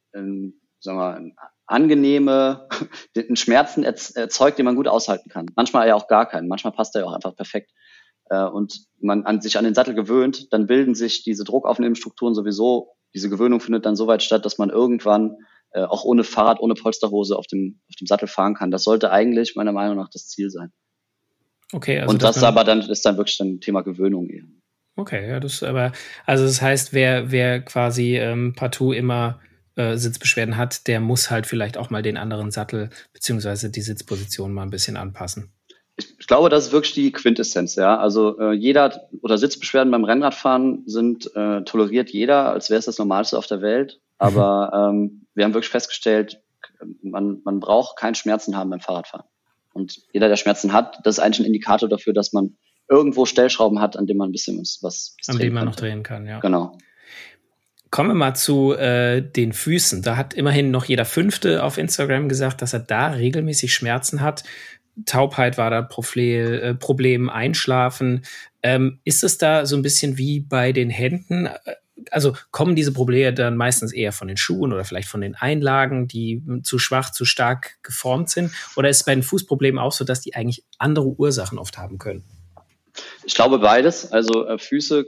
angenehme Schmerzen erzeugt, den man gut aushalten kann. Manchmal ja auch gar keinen. Manchmal passt er ja auch einfach perfekt. Und man sich an den Sattel gewöhnt, dann bilden sich diese druckaufnehmenden Strukturen sowieso. Diese Gewöhnung findet dann so weit statt, dass man irgendwann auch ohne Fahrrad, ohne Polsterhose auf dem Sattel fahren kann. Das sollte eigentlich meiner Meinung nach das Ziel sein. Okay, also und das aber dann ist dann wirklich ein Thema Gewöhnung eher. Okay, ja, das heißt, wer quasi partout immer Sitzbeschwerden hat, der muss halt vielleicht auch mal den anderen Sattel beziehungsweise die Sitzposition mal ein bisschen anpassen. Ich glaube, das ist wirklich die Quintessenz, ja. Also jeder oder Sitzbeschwerden beim Rennradfahren sind toleriert jeder, als wäre es das Normalste auf der Welt. Aber wir haben wirklich festgestellt, man braucht keinen Schmerzen haben beim Fahrradfahren. Und jeder, der Schmerzen hat, das ist eigentlich ein Indikator dafür, dass man irgendwo Stellschrauben hat, an dem man ein bisschen was an dem man noch drehen kann, ja. Genau. Kommen wir mal zu den Füßen. Da hat immerhin noch jeder Fünfte auf Instagram gesagt, dass er da regelmäßig Schmerzen hat. Taubheit war da Problem, Einschlafen. Ist es da so ein bisschen wie bei den Händen? Also kommen diese Probleme dann meistens eher von den Schuhen oder vielleicht von den Einlagen, die zu schwach, zu stark geformt sind? Oder ist es bei den Fußproblemen auch so, dass die eigentlich andere Ursachen oft haben können? Ich glaube beides. Also Füße,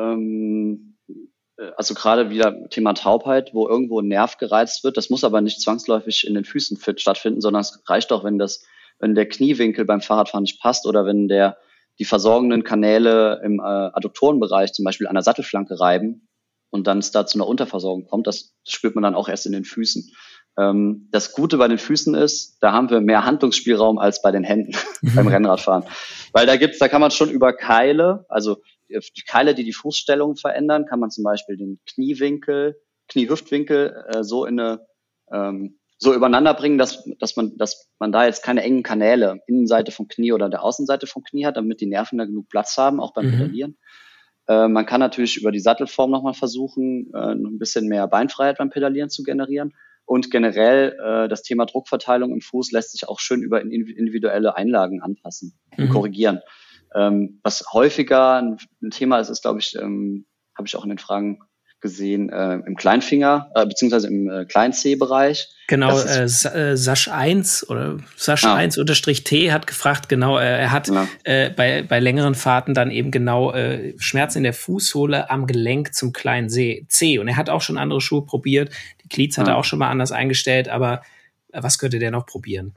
also gerade wieder Thema Taubheit, wo irgendwo ein Nerv gereizt wird. Das muss aber nicht zwangsläufig in den Füßen stattfinden, sondern es reicht auch, wenn der Kniewinkel beim Fahrradfahren nicht passt oder wenn die versorgenden Kanäle im Adduktorenbereich zum Beispiel an der Sattelflanke reiben und dann es da zu einer Unterversorgung kommt. Das spürt man dann auch erst in den Füßen. Das Gute bei den Füßen ist, da haben wir mehr Handlungsspielraum als bei den Händen beim Rennradfahren. Weil da kann man schon über Keile, also die Keile, die Fußstellung verändern, kann man zum Beispiel den Knie-Hüftwinkel so übereinander bringen, dass man da jetzt keine engen Kanäle, Innenseite vom Knie oder der Außenseite vom Knie hat, damit die Nerven da genug Platz haben, auch beim Pedalieren. Man kann natürlich über die Sattelform nochmal versuchen, ein bisschen mehr Beinfreiheit beim Pedalieren zu generieren. Und generell das Thema Druckverteilung im Fuß lässt sich auch schön über individuelle Einlagen anpassen und korrigieren. Was häufiger ein Thema ist, glaube ich, habe ich auch in den Fragen gesehen, im Kleinfinger, beziehungsweise im Klein-C-Bereich. Genau, Sasch 1 oder Sasch 1-T hat gefragt, genau, er hat bei längeren Fahrten dann eben genau Schmerzen in der Fußsohle am Gelenk zum kleinen C. Und er hat auch schon andere Schuhe probiert. Die Cleats hat er auch schon mal anders eingestellt, aber was könnte der noch probieren?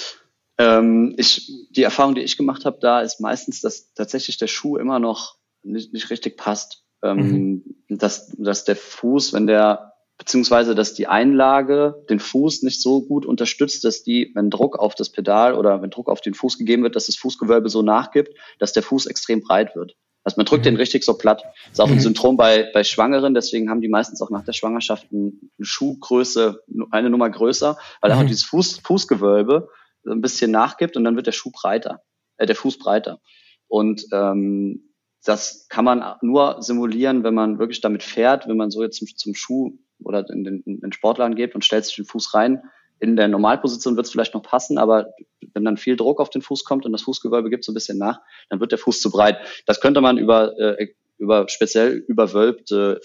Die Erfahrung, die ich gemacht habe, da ist meistens, dass tatsächlich der Schuh immer noch nicht richtig passt. Dass der Fuß, beziehungsweise dass die Einlage den Fuß nicht so gut unterstützt, dass wenn Druck auf das Pedal oder wenn Druck auf den Fuß gegeben wird, dass das Fußgewölbe so nachgibt, dass der Fuß extrem breit wird. Also man drückt den richtig so platt. Das ist auch ein Symptom bei Schwangeren, deswegen haben die meistens auch nach der Schwangerschaft eine Schuhgröße, eine Nummer größer, weil einfach dieses Fußgewölbe ein bisschen nachgibt und dann wird der Fuß breiter. Und das kann man nur simulieren, wenn man wirklich damit fährt, wenn man so jetzt zum Schuh oder in den Sportladen geht und stellt sich den Fuß rein, in der Normalposition wird es vielleicht noch passen, aber wenn dann viel Druck auf den Fuß kommt und das Fußgewölbe gibt so ein bisschen nach, dann wird der Fuß zu breit. Das könnte man über speziell überwölbte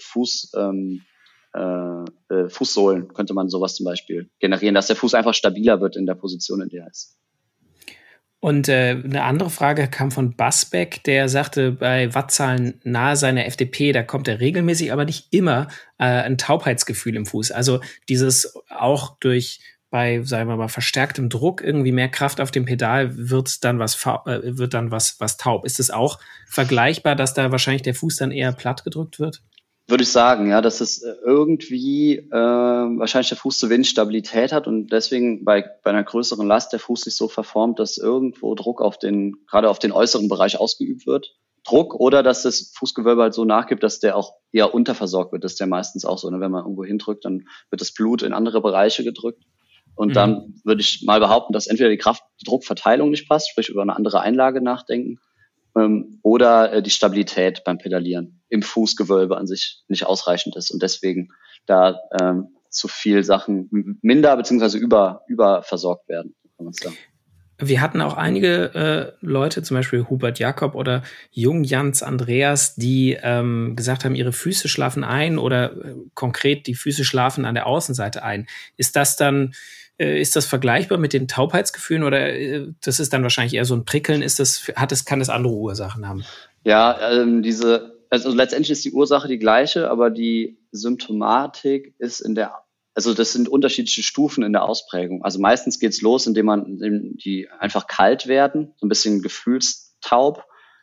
Fußsohlen könnte man sowas zum Beispiel generieren, dass der Fuß einfach stabiler wird in der Position, in der er ist. Und eine andere Frage kam von Basbeck, der sagte, bei Wattzahlen nahe seiner FDP, da kommt er regelmäßig, aber nicht immer ein Taubheitsgefühl im Fuß. Also dieses auch bei, sagen wir mal, verstärktem Druck irgendwie mehr Kraft auf dem Pedal wird dann was taub. Ist es auch vergleichbar, dass da wahrscheinlich der Fuß dann eher platt gedrückt wird? Würde ich sagen, ja, dass es irgendwie wahrscheinlich der Fuß zu wenig Stabilität hat und deswegen bei einer größeren Last der Fuß sich so verformt, dass irgendwo Druck gerade auf den äußeren Bereich ausgeübt wird. Druck oder dass das Fußgewölbe halt so nachgibt, dass der auch eher unterversorgt wird. Das ist ja meistens auch so, ne? Wenn man irgendwo hindrückt, dann wird das Blut in andere Bereiche gedrückt. Und dann würde ich mal behaupten, dass entweder die Druckverteilung nicht passt, sprich über eine andere Einlage nachdenken, oder die Stabilität beim Pedalieren im Fußgewölbe an sich nicht ausreichend ist und deswegen da zu viel Sachen minder bzw. überversorgt werden, kann man sagen. Wir hatten auch einige Leute, zum Beispiel Hubert Jakob oder Jung-Jans Andreas, die gesagt haben, ihre Füße schlafen ein oder konkret die Füße schlafen an der Außenseite ein. Ist das vergleichbar mit den Taubheitsgefühlen oder das ist dann wahrscheinlich eher so ein Prickeln? Kann das andere Ursachen haben? Ja, also letztendlich ist die Ursache die gleiche, aber die Symptomatik ist das sind unterschiedliche Stufen in der Ausprägung. Also meistens geht's los, indem die einfach kalt werden, so ein bisschen gefühlstaub.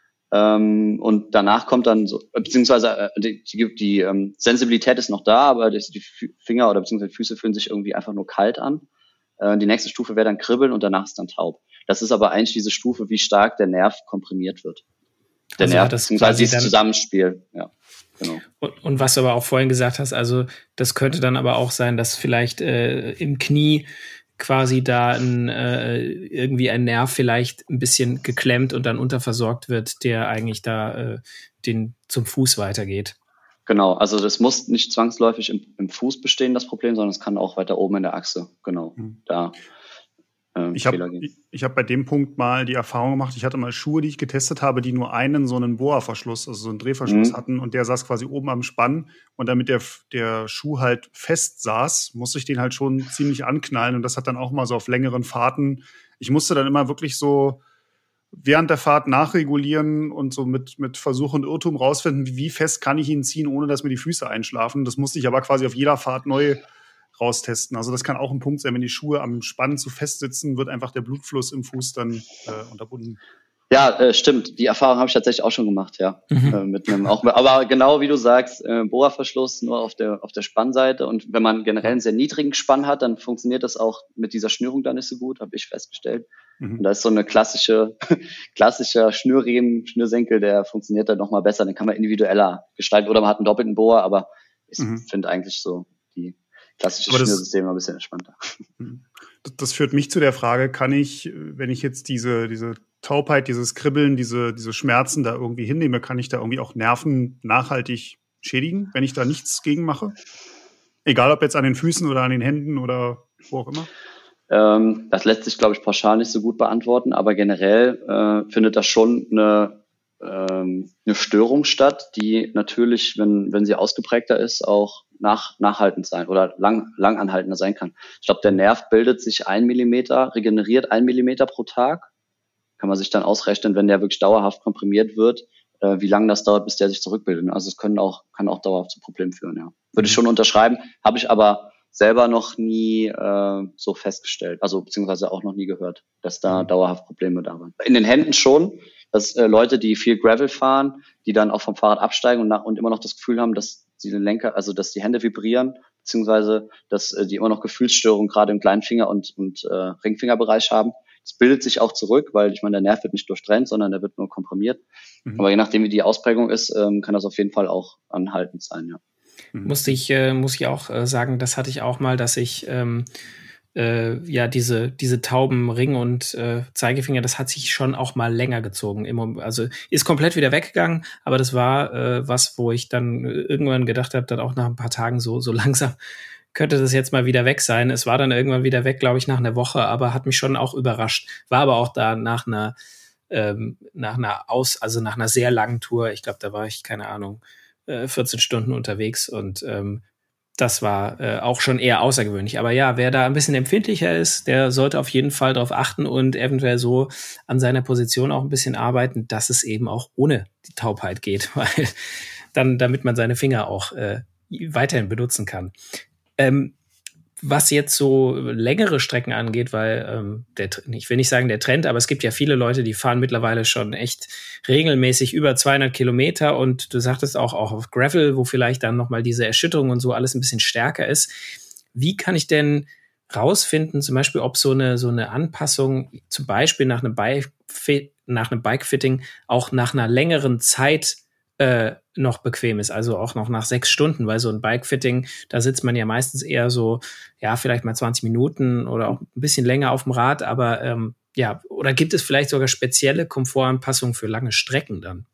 Und danach kommt dann so, beziehungsweise die Sensibilität ist noch da, aber die Finger oder beziehungsweise die Füße fühlen sich irgendwie einfach nur kalt an. Die nächste Stufe wäre dann Kribbeln und danach ist dann taub. Das ist aber eigentlich diese Stufe, wie stark der Nerv komprimiert wird. Der Nerv, beziehungsweise dieses Zusammenspiel, ja. Genau. Und was du aber auch vorhin gesagt hast, also das könnte dann aber auch sein, dass vielleicht im Knie quasi da irgendwie ein Nerv vielleicht ein bisschen geklemmt und dann unterversorgt wird, der eigentlich da zum Fuß weitergeht. Genau, also das muss nicht zwangsläufig im Fuß bestehen, das Problem, sondern es kann auch weiter oben in der Achse, genau, da Ich habe bei dem Punkt mal die Erfahrung gemacht, ich hatte mal Schuhe, die ich getestet habe, die nur so einen Bohrverschluss, also so einen Drehverschluss hatten und der saß quasi oben am Spann und damit der Schuh halt fest saß, musste ich den halt schon ziemlich anknallen und das hat dann auch mal so auf längeren Fahrten, ich musste dann immer wirklich so während der Fahrt nachregulieren und so mit Versuch und Irrtum rausfinden, wie fest kann ich ihn ziehen, ohne dass mir die Füße einschlafen. Das musste ich aber quasi auf jeder Fahrt neu raustesten. Also das kann auch ein Punkt sein, wenn die Schuhe am Spann zu fest sitzen, wird einfach der Blutfluss im Fuß dann unterbunden. Ja, stimmt. Die Erfahrung habe ich tatsächlich auch schon gemacht, ja. Aber genau wie du sagst, Bohrverschluss nur auf der Spannseite und wenn man generell einen sehr niedrigen Spann hat, dann funktioniert das auch mit dieser Schnürung dann nicht so gut, habe ich festgestellt. Und da ist so eine klassischer Schnürriemen, Schnürsenkel, der funktioniert dann nochmal besser, den kann man individueller gestalten oder man hat einen doppelten Bohr, aber ich finde eigentlich so die klassische Schnürsystem ein bisschen entspannter. Das führt mich zu der Frage, kann ich, wenn ich jetzt diese Taubheit, dieses Kribbeln, diese Schmerzen da irgendwie hinnehme, kann ich da irgendwie auch Nerven nachhaltig schädigen, wenn ich da nichts gegen mache? Egal ob jetzt an den Füßen oder an den Händen oder wo auch immer? Das lässt sich, glaube ich, pauschal nicht so gut beantworten, aber generell findet da schon eine Störung statt, die natürlich, wenn sie ausgeprägter ist, auch nachhaltend sein oder langanhaltender sein kann. Ich glaube, der Nerv bildet sich 1 Millimeter, regeneriert 1 Millimeter pro Tag. Kann man sich dann ausrechnen, wenn der wirklich dauerhaft komprimiert wird, wie lange das dauert, bis der sich zurückbildet. Also es kann auch dauerhaft zu Problemen führen, ja. Würde ich schon unterschreiben, habe ich aber selber noch nie so festgestellt, also beziehungsweise auch noch nie gehört, dass da dauerhaft Probleme da waren. In den Händen schon, dass Leute, die viel Gravel fahren, die dann auch vom Fahrrad absteigen und immer noch das Gefühl haben, dass die Lenker, also dass die Hände vibrieren, beziehungsweise dass die immer noch Gefühlsstörungen gerade im kleinen Finger- und Ringfingerbereich haben. Das bildet sich auch zurück, weil ich meine, der Nerv wird nicht durchtrennt, sondern der wird nur komprimiert. Aber je nachdem, wie die Ausprägung ist, kann das auf jeden Fall auch anhaltend sein, ja. Muss ich auch sagen, das hatte ich auch mal, dass ich diese tauben Ring und Zeigefinger, das hat sich schon auch mal länger gezogen. Also ist komplett wieder weggegangen, aber das war was, wo ich dann irgendwann gedacht habe, dann auch nach ein paar Tagen so langsam könnte das jetzt mal wieder weg sein. Es war dann irgendwann wieder weg, glaube ich, nach einer Woche, aber hat mich schon auch überrascht. War aber auch da nach einer sehr langen Tour. Ich glaube, da war ich, keine Ahnung, 14 Stunden unterwegs und das war auch schon eher außergewöhnlich. Aber ja, wer da ein bisschen empfindlicher ist, der sollte auf jeden Fall darauf achten und eventuell so an seiner Position auch ein bisschen arbeiten, dass es eben auch ohne die Taubheit geht, weil damit man seine Finger auch weiterhin benutzen kann. Was jetzt so längere Strecken angeht, weil ich will nicht sagen der Trend, aber es gibt ja viele Leute, die fahren mittlerweile schon echt regelmäßig über 200 Kilometer und du sagtest auch auf Gravel, wo vielleicht dann nochmal diese Erschütterung und so alles ein bisschen stärker ist. Wie kann ich denn rausfinden, zum Beispiel, ob so eine Anpassung zum Beispiel nach einem Bikefitting auch nach einer längeren Zeit noch bequem ist, also auch noch nach 6 Stunden, weil so ein Bikefitting, da sitzt man ja meistens eher so, ja, vielleicht mal 20 Minuten oder auch ein bisschen länger auf dem Rad, aber oder gibt es vielleicht sogar spezielle Komfortanpassungen für lange Strecken dann?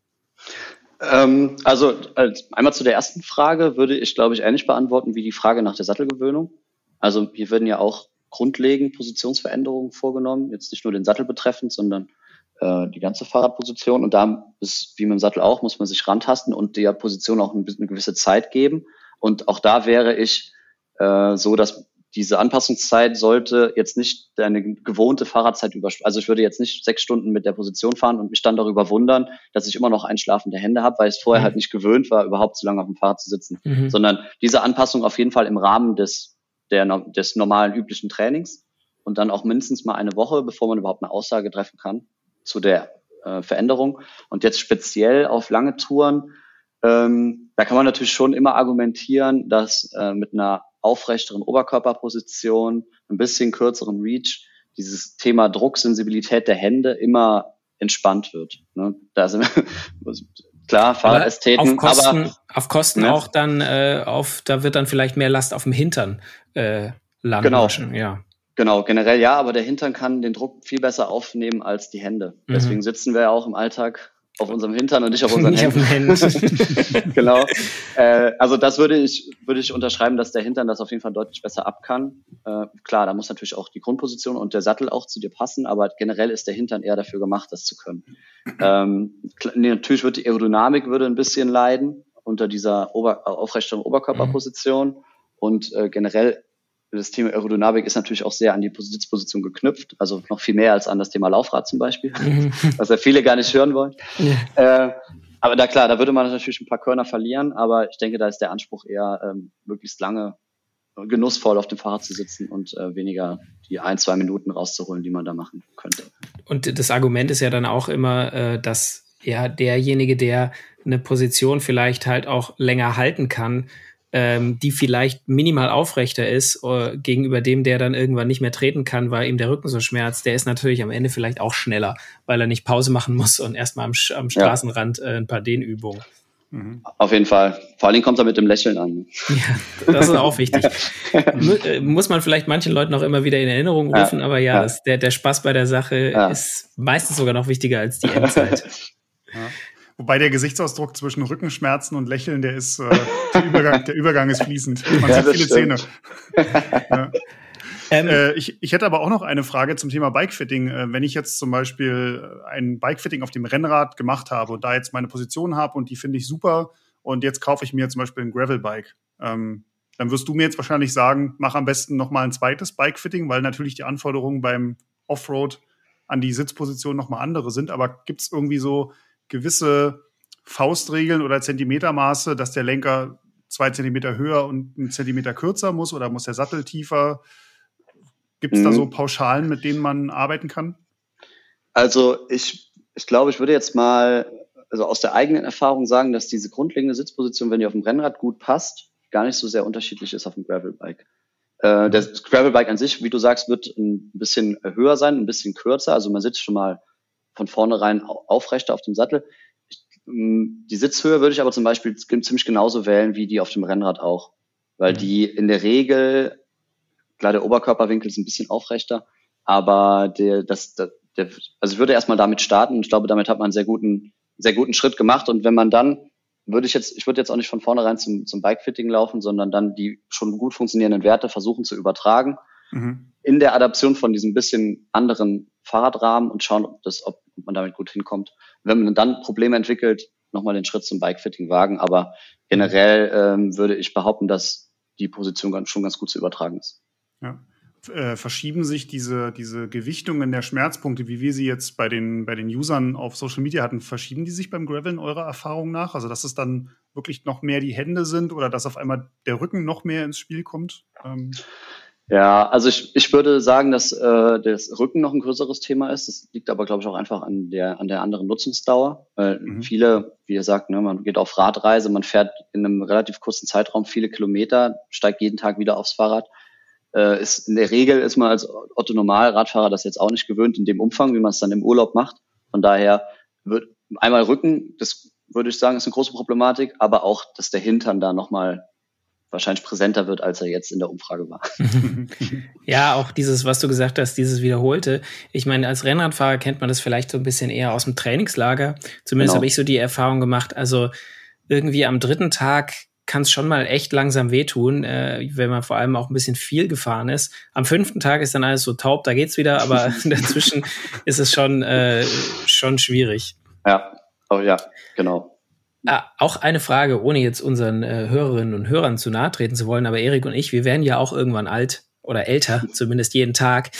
Also einmal zu der ersten Frage würde ich, glaube ich, ähnlich beantworten wie die Frage nach der Sattelgewöhnung. Also hier werden ja auch grundlegend Positionsveränderungen vorgenommen, jetzt nicht nur den Sattel betreffend, sondern die ganze Fahrradposition. Und da ist, wie mit dem Sattel auch, muss man sich rantasten und der Position auch eine gewisse Zeit geben. Und auch da wäre ich so, dass diese Anpassungszeit sollte jetzt nicht deine gewohnte Fahrradzeit überspringen. Also ich würde jetzt nicht 6 Stunden mit der Position fahren und mich dann darüber wundern, dass ich immer noch einschlafende Hände habe, weil ich es vorher halt nicht gewöhnt war, überhaupt so lange auf dem Fahrrad zu sitzen. Sondern diese Anpassung auf jeden Fall im Rahmen des normalen, üblichen Trainings und dann auch mindestens mal eine Woche, bevor man überhaupt eine Aussage treffen kann zu der Veränderung. Und jetzt speziell auf lange Touren, da kann man natürlich schon immer argumentieren, dass mit einer aufrechteren Oberkörperposition, ein bisschen kürzeren Reach, dieses Thema Drucksensibilität der Hände immer entspannt wird. Ne? Da sind wir, klar, Fahrradästheten, aber auf Kosten auch dann, da wird dann vielleicht mehr Last auf dem Hintern landen. Genau. Ja. Genau, generell ja, aber der Hintern kann den Druck viel besser aufnehmen als die Hände. Deswegen sitzen wir ja auch im Alltag auf unserem Hintern und nicht auf unseren Händen. Genau. Also das würde ich unterschreiben, dass der Hintern das auf jeden Fall deutlich besser ab kann. Klar, da muss natürlich auch die Grundposition und der Sattel auch zu dir passen, aber generell ist der Hintern eher dafür gemacht, das zu können. Natürlich wird die Aerodynamik ein bisschen leiden unter dieser aufrechteren Oberkörperposition und generell das Thema Aerodynamik ist natürlich auch sehr an die Sitzposition geknüpft, also noch viel mehr als an das Thema Laufrad zum Beispiel, was ja viele gar nicht hören wollen. Ja. Aber da würde man natürlich ein paar Körner verlieren, aber ich denke, da ist der Anspruch eher, möglichst lange genussvoll auf dem Fahrrad zu sitzen und weniger die 1-2 Minuten rauszuholen, die man da machen könnte. Und das Argument ist ja dann auch immer, dass ja derjenige, der eine Position vielleicht halt auch länger halten kann, die vielleicht minimal aufrechter ist gegenüber dem, der dann irgendwann nicht mehr treten kann, weil ihm der Rücken so schmerzt, der ist natürlich am Ende vielleicht auch schneller, weil er nicht Pause machen muss und erstmal am Straßenrand ein paar Dehnübungen. Auf jeden Fall. Vor allen Dingen kommt er mit dem Lächeln an. Ja, das ist auch wichtig. Muss man vielleicht manchen Leuten auch immer wieder in Erinnerung rufen, aber der Spaß bei der Sache ist meistens sogar noch wichtiger als die Endzeit. Ja. Wobei der Gesichtsausdruck zwischen Rückenschmerzen und Lächeln, der Übergang ist fließend. Man sieht viele Zähne. Ja. Ich hätte aber auch noch eine Frage zum Thema Bikefitting. Wenn ich jetzt zum Beispiel ein Bikefitting auf dem Rennrad gemacht habe und da jetzt meine Position habe und die finde ich super und jetzt kaufe ich mir zum Beispiel ein Gravelbike, dann wirst du mir jetzt wahrscheinlich sagen, mach am besten nochmal ein zweites Bikefitting, weil natürlich die Anforderungen beim Offroad an die Sitzposition nochmal andere sind. Aber gibt es irgendwie so gewisse Faustregeln oder Zentimetermaße, dass der Lenker 2 Zentimeter höher und 1 Zentimeter kürzer muss oder muss der Sattel tiefer? Gibt es da so Pauschalen, mit denen man arbeiten kann? Also ich glaube, ich würde jetzt mal aus der eigenen Erfahrung sagen, dass diese grundlegende Sitzposition, wenn die auf dem Rennrad gut passt, gar nicht so sehr unterschiedlich ist auf dem Gravelbike. Das Gravelbike an sich, wie du sagst, wird ein bisschen höher sein, ein bisschen kürzer. Also man sitzt schon mal von vornherein aufrechter auf dem Sattel. Die Sitzhöhe würde ich aber zum Beispiel ziemlich genauso wählen wie die auf dem Rennrad auch. Weil die in der Regel, klar, der Oberkörperwinkel ist ein bisschen aufrechter, aber also ich würde erstmal damit starten und ich glaube, damit hat man einen sehr guten Schritt gemacht. Und wenn man dann ich würde jetzt auch nicht von vornherein zum Bikefitting laufen, sondern dann die schon gut funktionierenden Werte versuchen zu übertragen in der Adaption von diesem bisschen anderen Fahrradrahmen und schauen, ob man damit gut hinkommt. Und wenn man dann Probleme entwickelt, nochmal den Schritt zum Bikefitting wagen. Aber generell würde ich behaupten, dass die Position schon ganz gut zu übertragen ist. Ja. Verschieben sich diese Gewichtungen der Schmerzpunkte, wie wir sie jetzt bei den Usern auf Social Media hatten, verschieben die sich beim Graveln eurer Erfahrung nach? Also dass es dann wirklich noch mehr die Hände sind oder dass auf einmal der Rücken noch mehr ins Spiel kommt? Ja, also ich würde sagen, dass das Rücken noch ein größeres Thema ist. Das liegt aber, glaube ich, auch einfach an der anderen Nutzungsdauer. Viele, wie ihr sagt, ne, man geht auf Radreise, man fährt in einem relativ kurzen Zeitraum viele Kilometer, steigt jeden Tag wieder aufs Fahrrad. In der Regel ist man als Otto-Normal-Radfahrer das jetzt auch nicht gewöhnt in dem Umfang, wie man es dann im Urlaub macht. Von daher wird einmal Rücken, das würde ich sagen, ist eine große Problematik, aber auch, dass der Hintern da nochmal wahrscheinlich präsenter wird, als er jetzt in der Umfrage war. Ja, auch dieses, was du gesagt hast, dieses Wiederholte. Ich meine, als Rennradfahrer kennt man das vielleicht so ein bisschen eher aus dem Trainingslager. Zumindest habe ich so die Erfahrung gemacht. Also irgendwie am 3. Tag kann es schon mal echt langsam wehtun, wenn man vor allem auch ein bisschen viel gefahren ist. Am 5. Tag ist dann alles so taub, da geht's wieder, aber dazwischen ist es schon schwierig. Ja, oh ja, genau. Auch eine Frage, ohne jetzt unseren Hörerinnen und Hörern zu nahe treten zu wollen, aber Erik und ich, wir werden ja auch irgendwann alt oder älter, zumindest jeden Tag.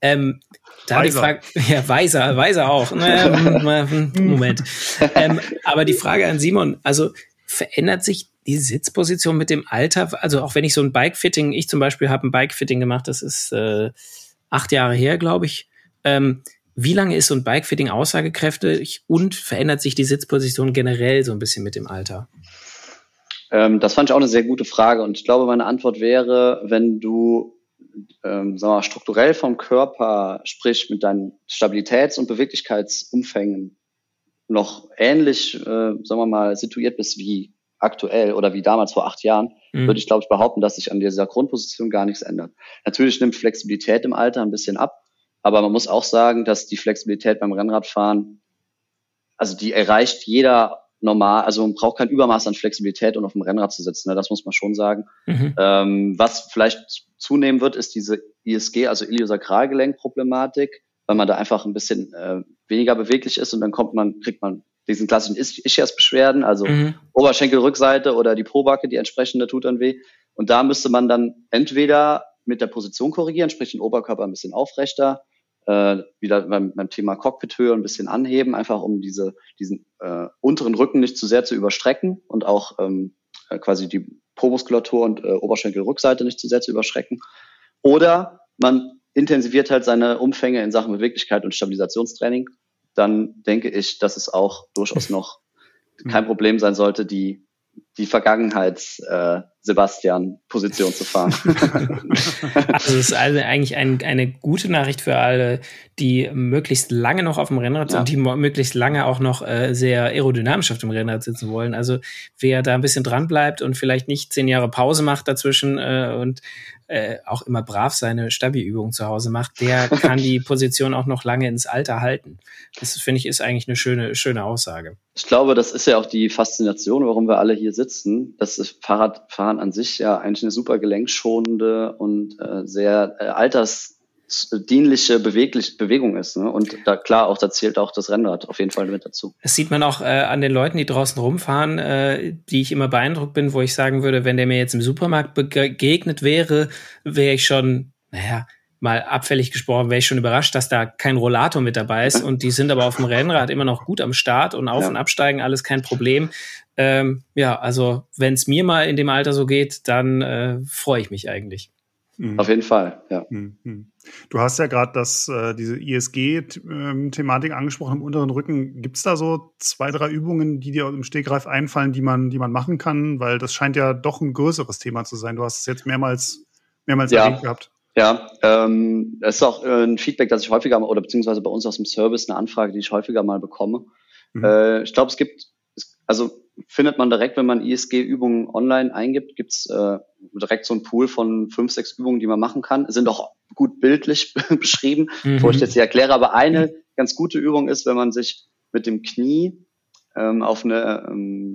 Da die Frage, ja, weiser auch. Moment. Aber die Frage an Simon, also verändert sich die Sitzposition mit dem Alter? Also auch wenn ich so ein Bikefitting, ich zum Beispiel habe ein Bikefitting gemacht, das ist 8 Jahre her, glaube ich. Wie lange ist so ein Bikefitting aussagekräftig und verändert sich die Sitzposition generell so ein bisschen mit dem Alter? Das fand ich auch eine sehr gute Frage und ich glaube, meine Antwort wäre, wenn du strukturell vom Körper, sprich mit deinen Stabilitäts- und Beweglichkeitsumfängen noch ähnlich, situiert bist wie aktuell oder wie damals vor 8 Jahren, würde ich, glaube ich, behaupten, dass sich an dieser Grundposition gar nichts ändert. Natürlich nimmt Flexibilität im Alter ein bisschen ab, aber man muss auch sagen, dass die Flexibilität beim Rennradfahren, also die erreicht jeder normal, also man braucht kein Übermaß an Flexibilität, um auf dem Rennrad zu sitzen, ne? Das muss man schon sagen. Was vielleicht zunehmen wird, ist diese ISG, also Iliosakralgelenkproblematik, weil man da einfach ein bisschen weniger beweglich ist und dann kriegt man diesen klassischen Ischias-Beschwerden, also Oberschenkelrückseite oder die Pobacke, die entsprechende tut dann weh. Und da müsste man dann entweder mit der Position korrigieren, sprich den Oberkörper ein bisschen aufrechter, wieder beim Thema Cockpithöhe ein bisschen anheben, einfach um diesen unteren Rücken nicht zu sehr zu überstrecken und auch quasi die Po-Muskulatur und Oberschenkelrückseite nicht zu sehr zu überschrecken. Oder man intensiviert halt seine Umfänge in Sachen Beweglichkeit und Stabilisationstraining. Dann denke ich, dass es auch durchaus noch kein Problem sein sollte, die Vergangenheits-Sebastian-Position zu fahren. Also es ist eigentlich eine gute Nachricht für alle, die möglichst lange noch auf dem Rennrad sind und die möglichst lange auch noch sehr aerodynamisch auf dem Rennrad sitzen wollen. Also wer da ein bisschen dran bleibt und vielleicht nicht 10 Jahre Pause macht dazwischen und auch immer brav seine Stabi-Übung zu Hause macht, der kann die Position auch noch lange ins Alter halten. Das, finde ich, ist eigentlich eine schöne Aussage. Ich glaube, das ist ja auch die Faszination, warum wir alle hier sitzen, dass das Fahrradfahren an sich ja eigentlich eine super gelenkschonende und sehr altersdienliche Bewegung ist. Ne? Und da zählt auch das Rennrad auf jeden Fall mit dazu. Das sieht man auch an den Leuten, die draußen rumfahren, die ich immer beeindruckt bin, wo ich sagen würde, wenn der mir jetzt im Supermarkt begegnet wäre ich schon, mal abfällig gesprochen, wäre ich schon überrascht, dass da kein Rollator mit dabei ist und die sind aber auf dem Rennrad immer noch gut am Start und auf- und absteigen, alles kein Problem. Also wenn es mir mal in dem Alter so geht, dann freue ich mich eigentlich. Auf jeden Fall, ja. Du hast ja gerade diese ISG-Thematik angesprochen im unteren Rücken. Gibt es da so 2, 3 Übungen, die dir im Stegreif einfallen, die man machen kann? Weil das scheint ja doch ein größeres Thema zu sein. Du hast es jetzt mehrmals erwähnt gehabt. Ja, das ist auch ein Feedback, das ich häufiger mal, oder beziehungsweise bei uns aus dem Service eine Anfrage, die ich häufiger mal bekomme. Ich glaube, findet man direkt, wenn man ISG-Übungen online eingibt, gibt's direkt so einen Pool von 5, 6 Übungen, die man machen kann. Sind auch gut bildlich beschrieben, bevor ich das hier erkläre. Aber eine ganz gute Übung ist, wenn man sich mit dem Knie auf eine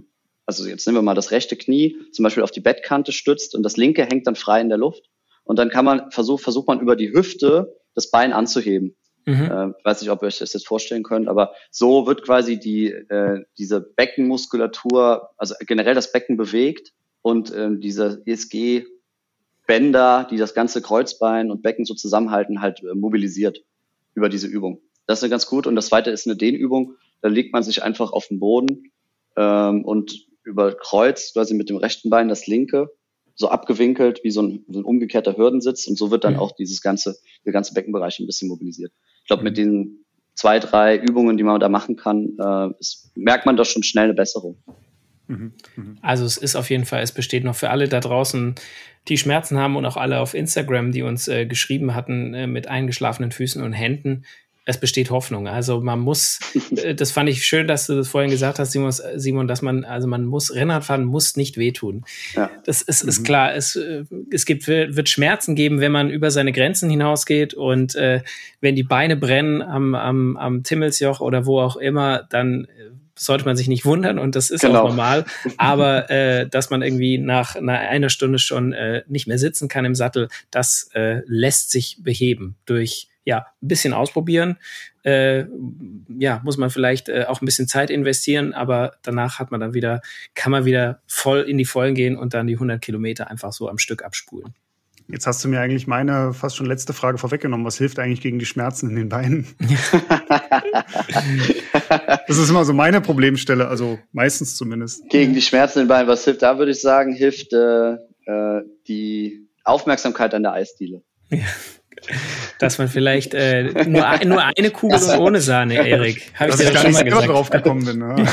also jetzt nehmen wir mal das rechte Knie, zum Beispiel auf die Bettkante stützt und das linke hängt dann frei in der Luft. Und dann versucht man über die Hüfte das Bein anzuheben. Weiß nicht, ob ihr euch das jetzt vorstellen könnt, aber so wird quasi diese Beckenmuskulatur, also generell das Becken bewegt und diese ESG-Bänder, die das ganze Kreuzbein und Becken so zusammenhalten, halt mobilisiert über diese Übung. Das ist ganz gut. Und das zweite ist eine Dehnübung. Da legt man sich einfach auf den Boden und überkreuzt quasi mit dem rechten Bein das linke, so abgewinkelt wie so ein umgekehrter Hürdensitz. Und so wird dann auch der ganze Beckenbereich ein bisschen mobilisiert. Ich glaube, mit den 2, 3 Übungen, die man da machen kann, merkt man da schon schnell eine Besserung. Also es ist auf jeden Fall, es besteht noch für alle da draußen, die Schmerzen haben und auch alle auf Instagram, die uns geschrieben hatten mit eingeschlafenen Füßen und Händen. Es besteht Hoffnung. Also man muss, das fand ich schön, dass du das vorhin gesagt hast, Simon, dass man muss, Rennradfahren muss nicht wehtun. Ja. Das ist klar. Es wird Schmerzen geben, wenn man über seine Grenzen hinausgeht und wenn die Beine brennen am Timmelsjoch oder wo auch immer, dann sollte man sich nicht wundern und das ist auch normal. Aber dass man irgendwie nach einer Stunde schon nicht mehr sitzen kann im Sattel, das lässt sich beheben durch ein bisschen ausprobieren. Muss man vielleicht auch ein bisschen Zeit investieren, aber danach kann man wieder voll in die Vollen gehen und dann die 100 Kilometer einfach so am Stück abspulen. Jetzt hast du mir eigentlich meine fast schon letzte Frage vorweggenommen. Was hilft eigentlich gegen die Schmerzen in den Beinen? Das ist immer so meine Problemstelle, also meistens zumindest. Gegen die Schmerzen in den Beinen, was hilft? Da würde ich sagen, hilft die Aufmerksamkeit an der Eisdiele. Ja. Dass man vielleicht nur eine Kugel und ohne Sahne, Erik. Habe ich dir doch schon mal gesagt. Drauf gekommen bin. Ne?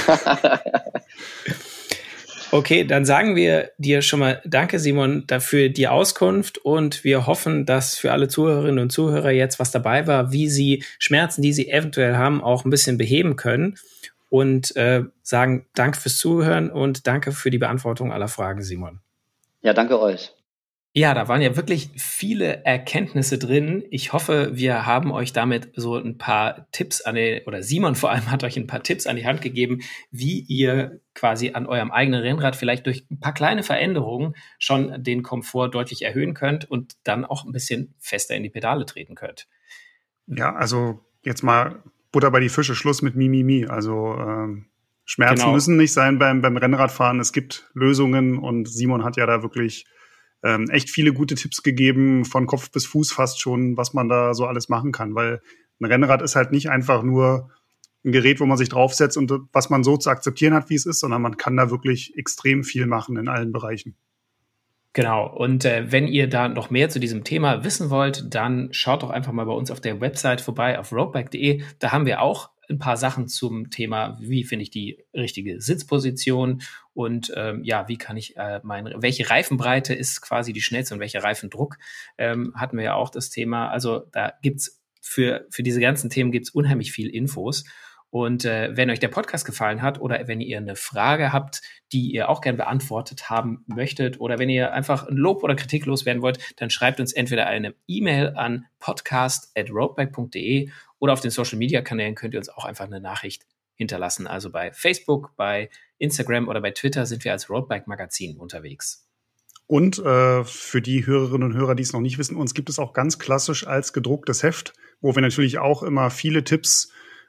Okay, dann sagen wir dir schon mal danke, Simon, dafür die Auskunft und wir hoffen, dass für alle Zuhörerinnen und Zuhörer jetzt was dabei war, wie sie Schmerzen, die sie eventuell haben, auch ein bisschen beheben können und sagen danke fürs Zuhören und danke für die Beantwortung aller Fragen, Simon. Ja, danke euch. Ja, da waren ja wirklich viele Erkenntnisse drin. Ich hoffe, wir haben euch damit so ein paar Tipps oder Simon vor allem hat euch ein paar Tipps an die Hand gegeben, wie ihr quasi an eurem eigenen Rennrad vielleicht durch ein paar kleine Veränderungen schon den Komfort deutlich erhöhen könnt und dann auch ein bisschen fester in die Pedale treten könnt. Ja, also jetzt mal Butter bei die Fische, Schluss mit Mimimi. Also Schmerzen müssen nicht sein beim Rennradfahren. Es gibt Lösungen und Simon hat ja da wirklich echt viele gute Tipps gegeben, von Kopf bis Fuß fast schon, was man da so alles machen kann. Weil ein Rennrad ist halt nicht einfach nur ein Gerät, wo man sich draufsetzt und was man so zu akzeptieren hat, wie es ist, sondern man kann da wirklich extrem viel machen in allen Bereichen. Genau, und wenn ihr da noch mehr zu diesem Thema wissen wollt, dann schaut doch einfach mal bei uns auf der Website vorbei, auf roadbike.de. Da haben wir auch ein paar Sachen zum Thema, wie finde ich die richtige Sitzposition und wie kann ich welche Reifenbreite ist quasi die schnellste und welcher Reifendruck hatten wir ja auch das Thema. Also da gibt's für diese ganzen Themen gibt's unheimlich viel Infos. Und wenn euch der Podcast gefallen hat oder wenn ihr eine Frage habt, die ihr auch gern beantwortet haben möchtet oder wenn ihr einfach ein Lob oder Kritik loswerden wollt, dann schreibt uns entweder eine E-Mail an podcast@roadbike.de oder auf den Social-Media-Kanälen könnt ihr uns auch einfach eine Nachricht hinterlassen. Also bei Facebook, bei Instagram oder bei Twitter sind wir als Roadbike-Magazin unterwegs. Und für die Hörerinnen und Hörer, die es noch nicht wissen, uns gibt es auch ganz klassisch als gedrucktes Heft, wo wir natürlich auch immer viele Tipps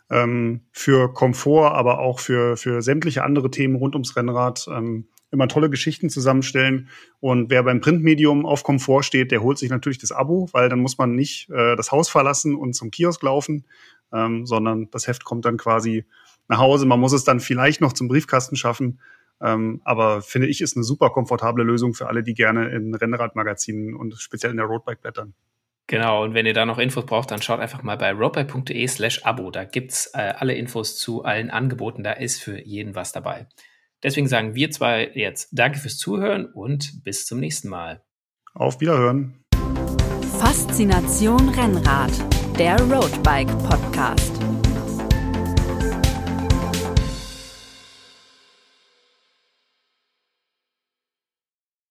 für Komfort, aber auch für sämtliche andere Themen rund ums Rennrad immer tolle Geschichten zusammenstellen. Und wer beim Printmedium auf Komfort steht, der holt sich natürlich das Abo, weil dann muss man nicht das Haus verlassen und zum Kiosk laufen, sondern das Heft kommt dann quasi nach Hause. Man muss es dann vielleicht noch zum Briefkasten schaffen, aber finde ich, ist eine super komfortable Lösung für alle, die gerne in Rennradmagazinen und speziell in der Roadbike blättern. Genau, und wenn ihr da noch Infos braucht, dann schaut einfach mal bei roadbike.de/Abo. Da gibt's alle Infos zu allen Angeboten. Da ist für jeden was dabei. Deswegen sagen wir zwei jetzt danke fürs Zuhören und bis zum nächsten Mal. Auf Wiederhören. Faszination Rennrad, der Roadbike Podcast.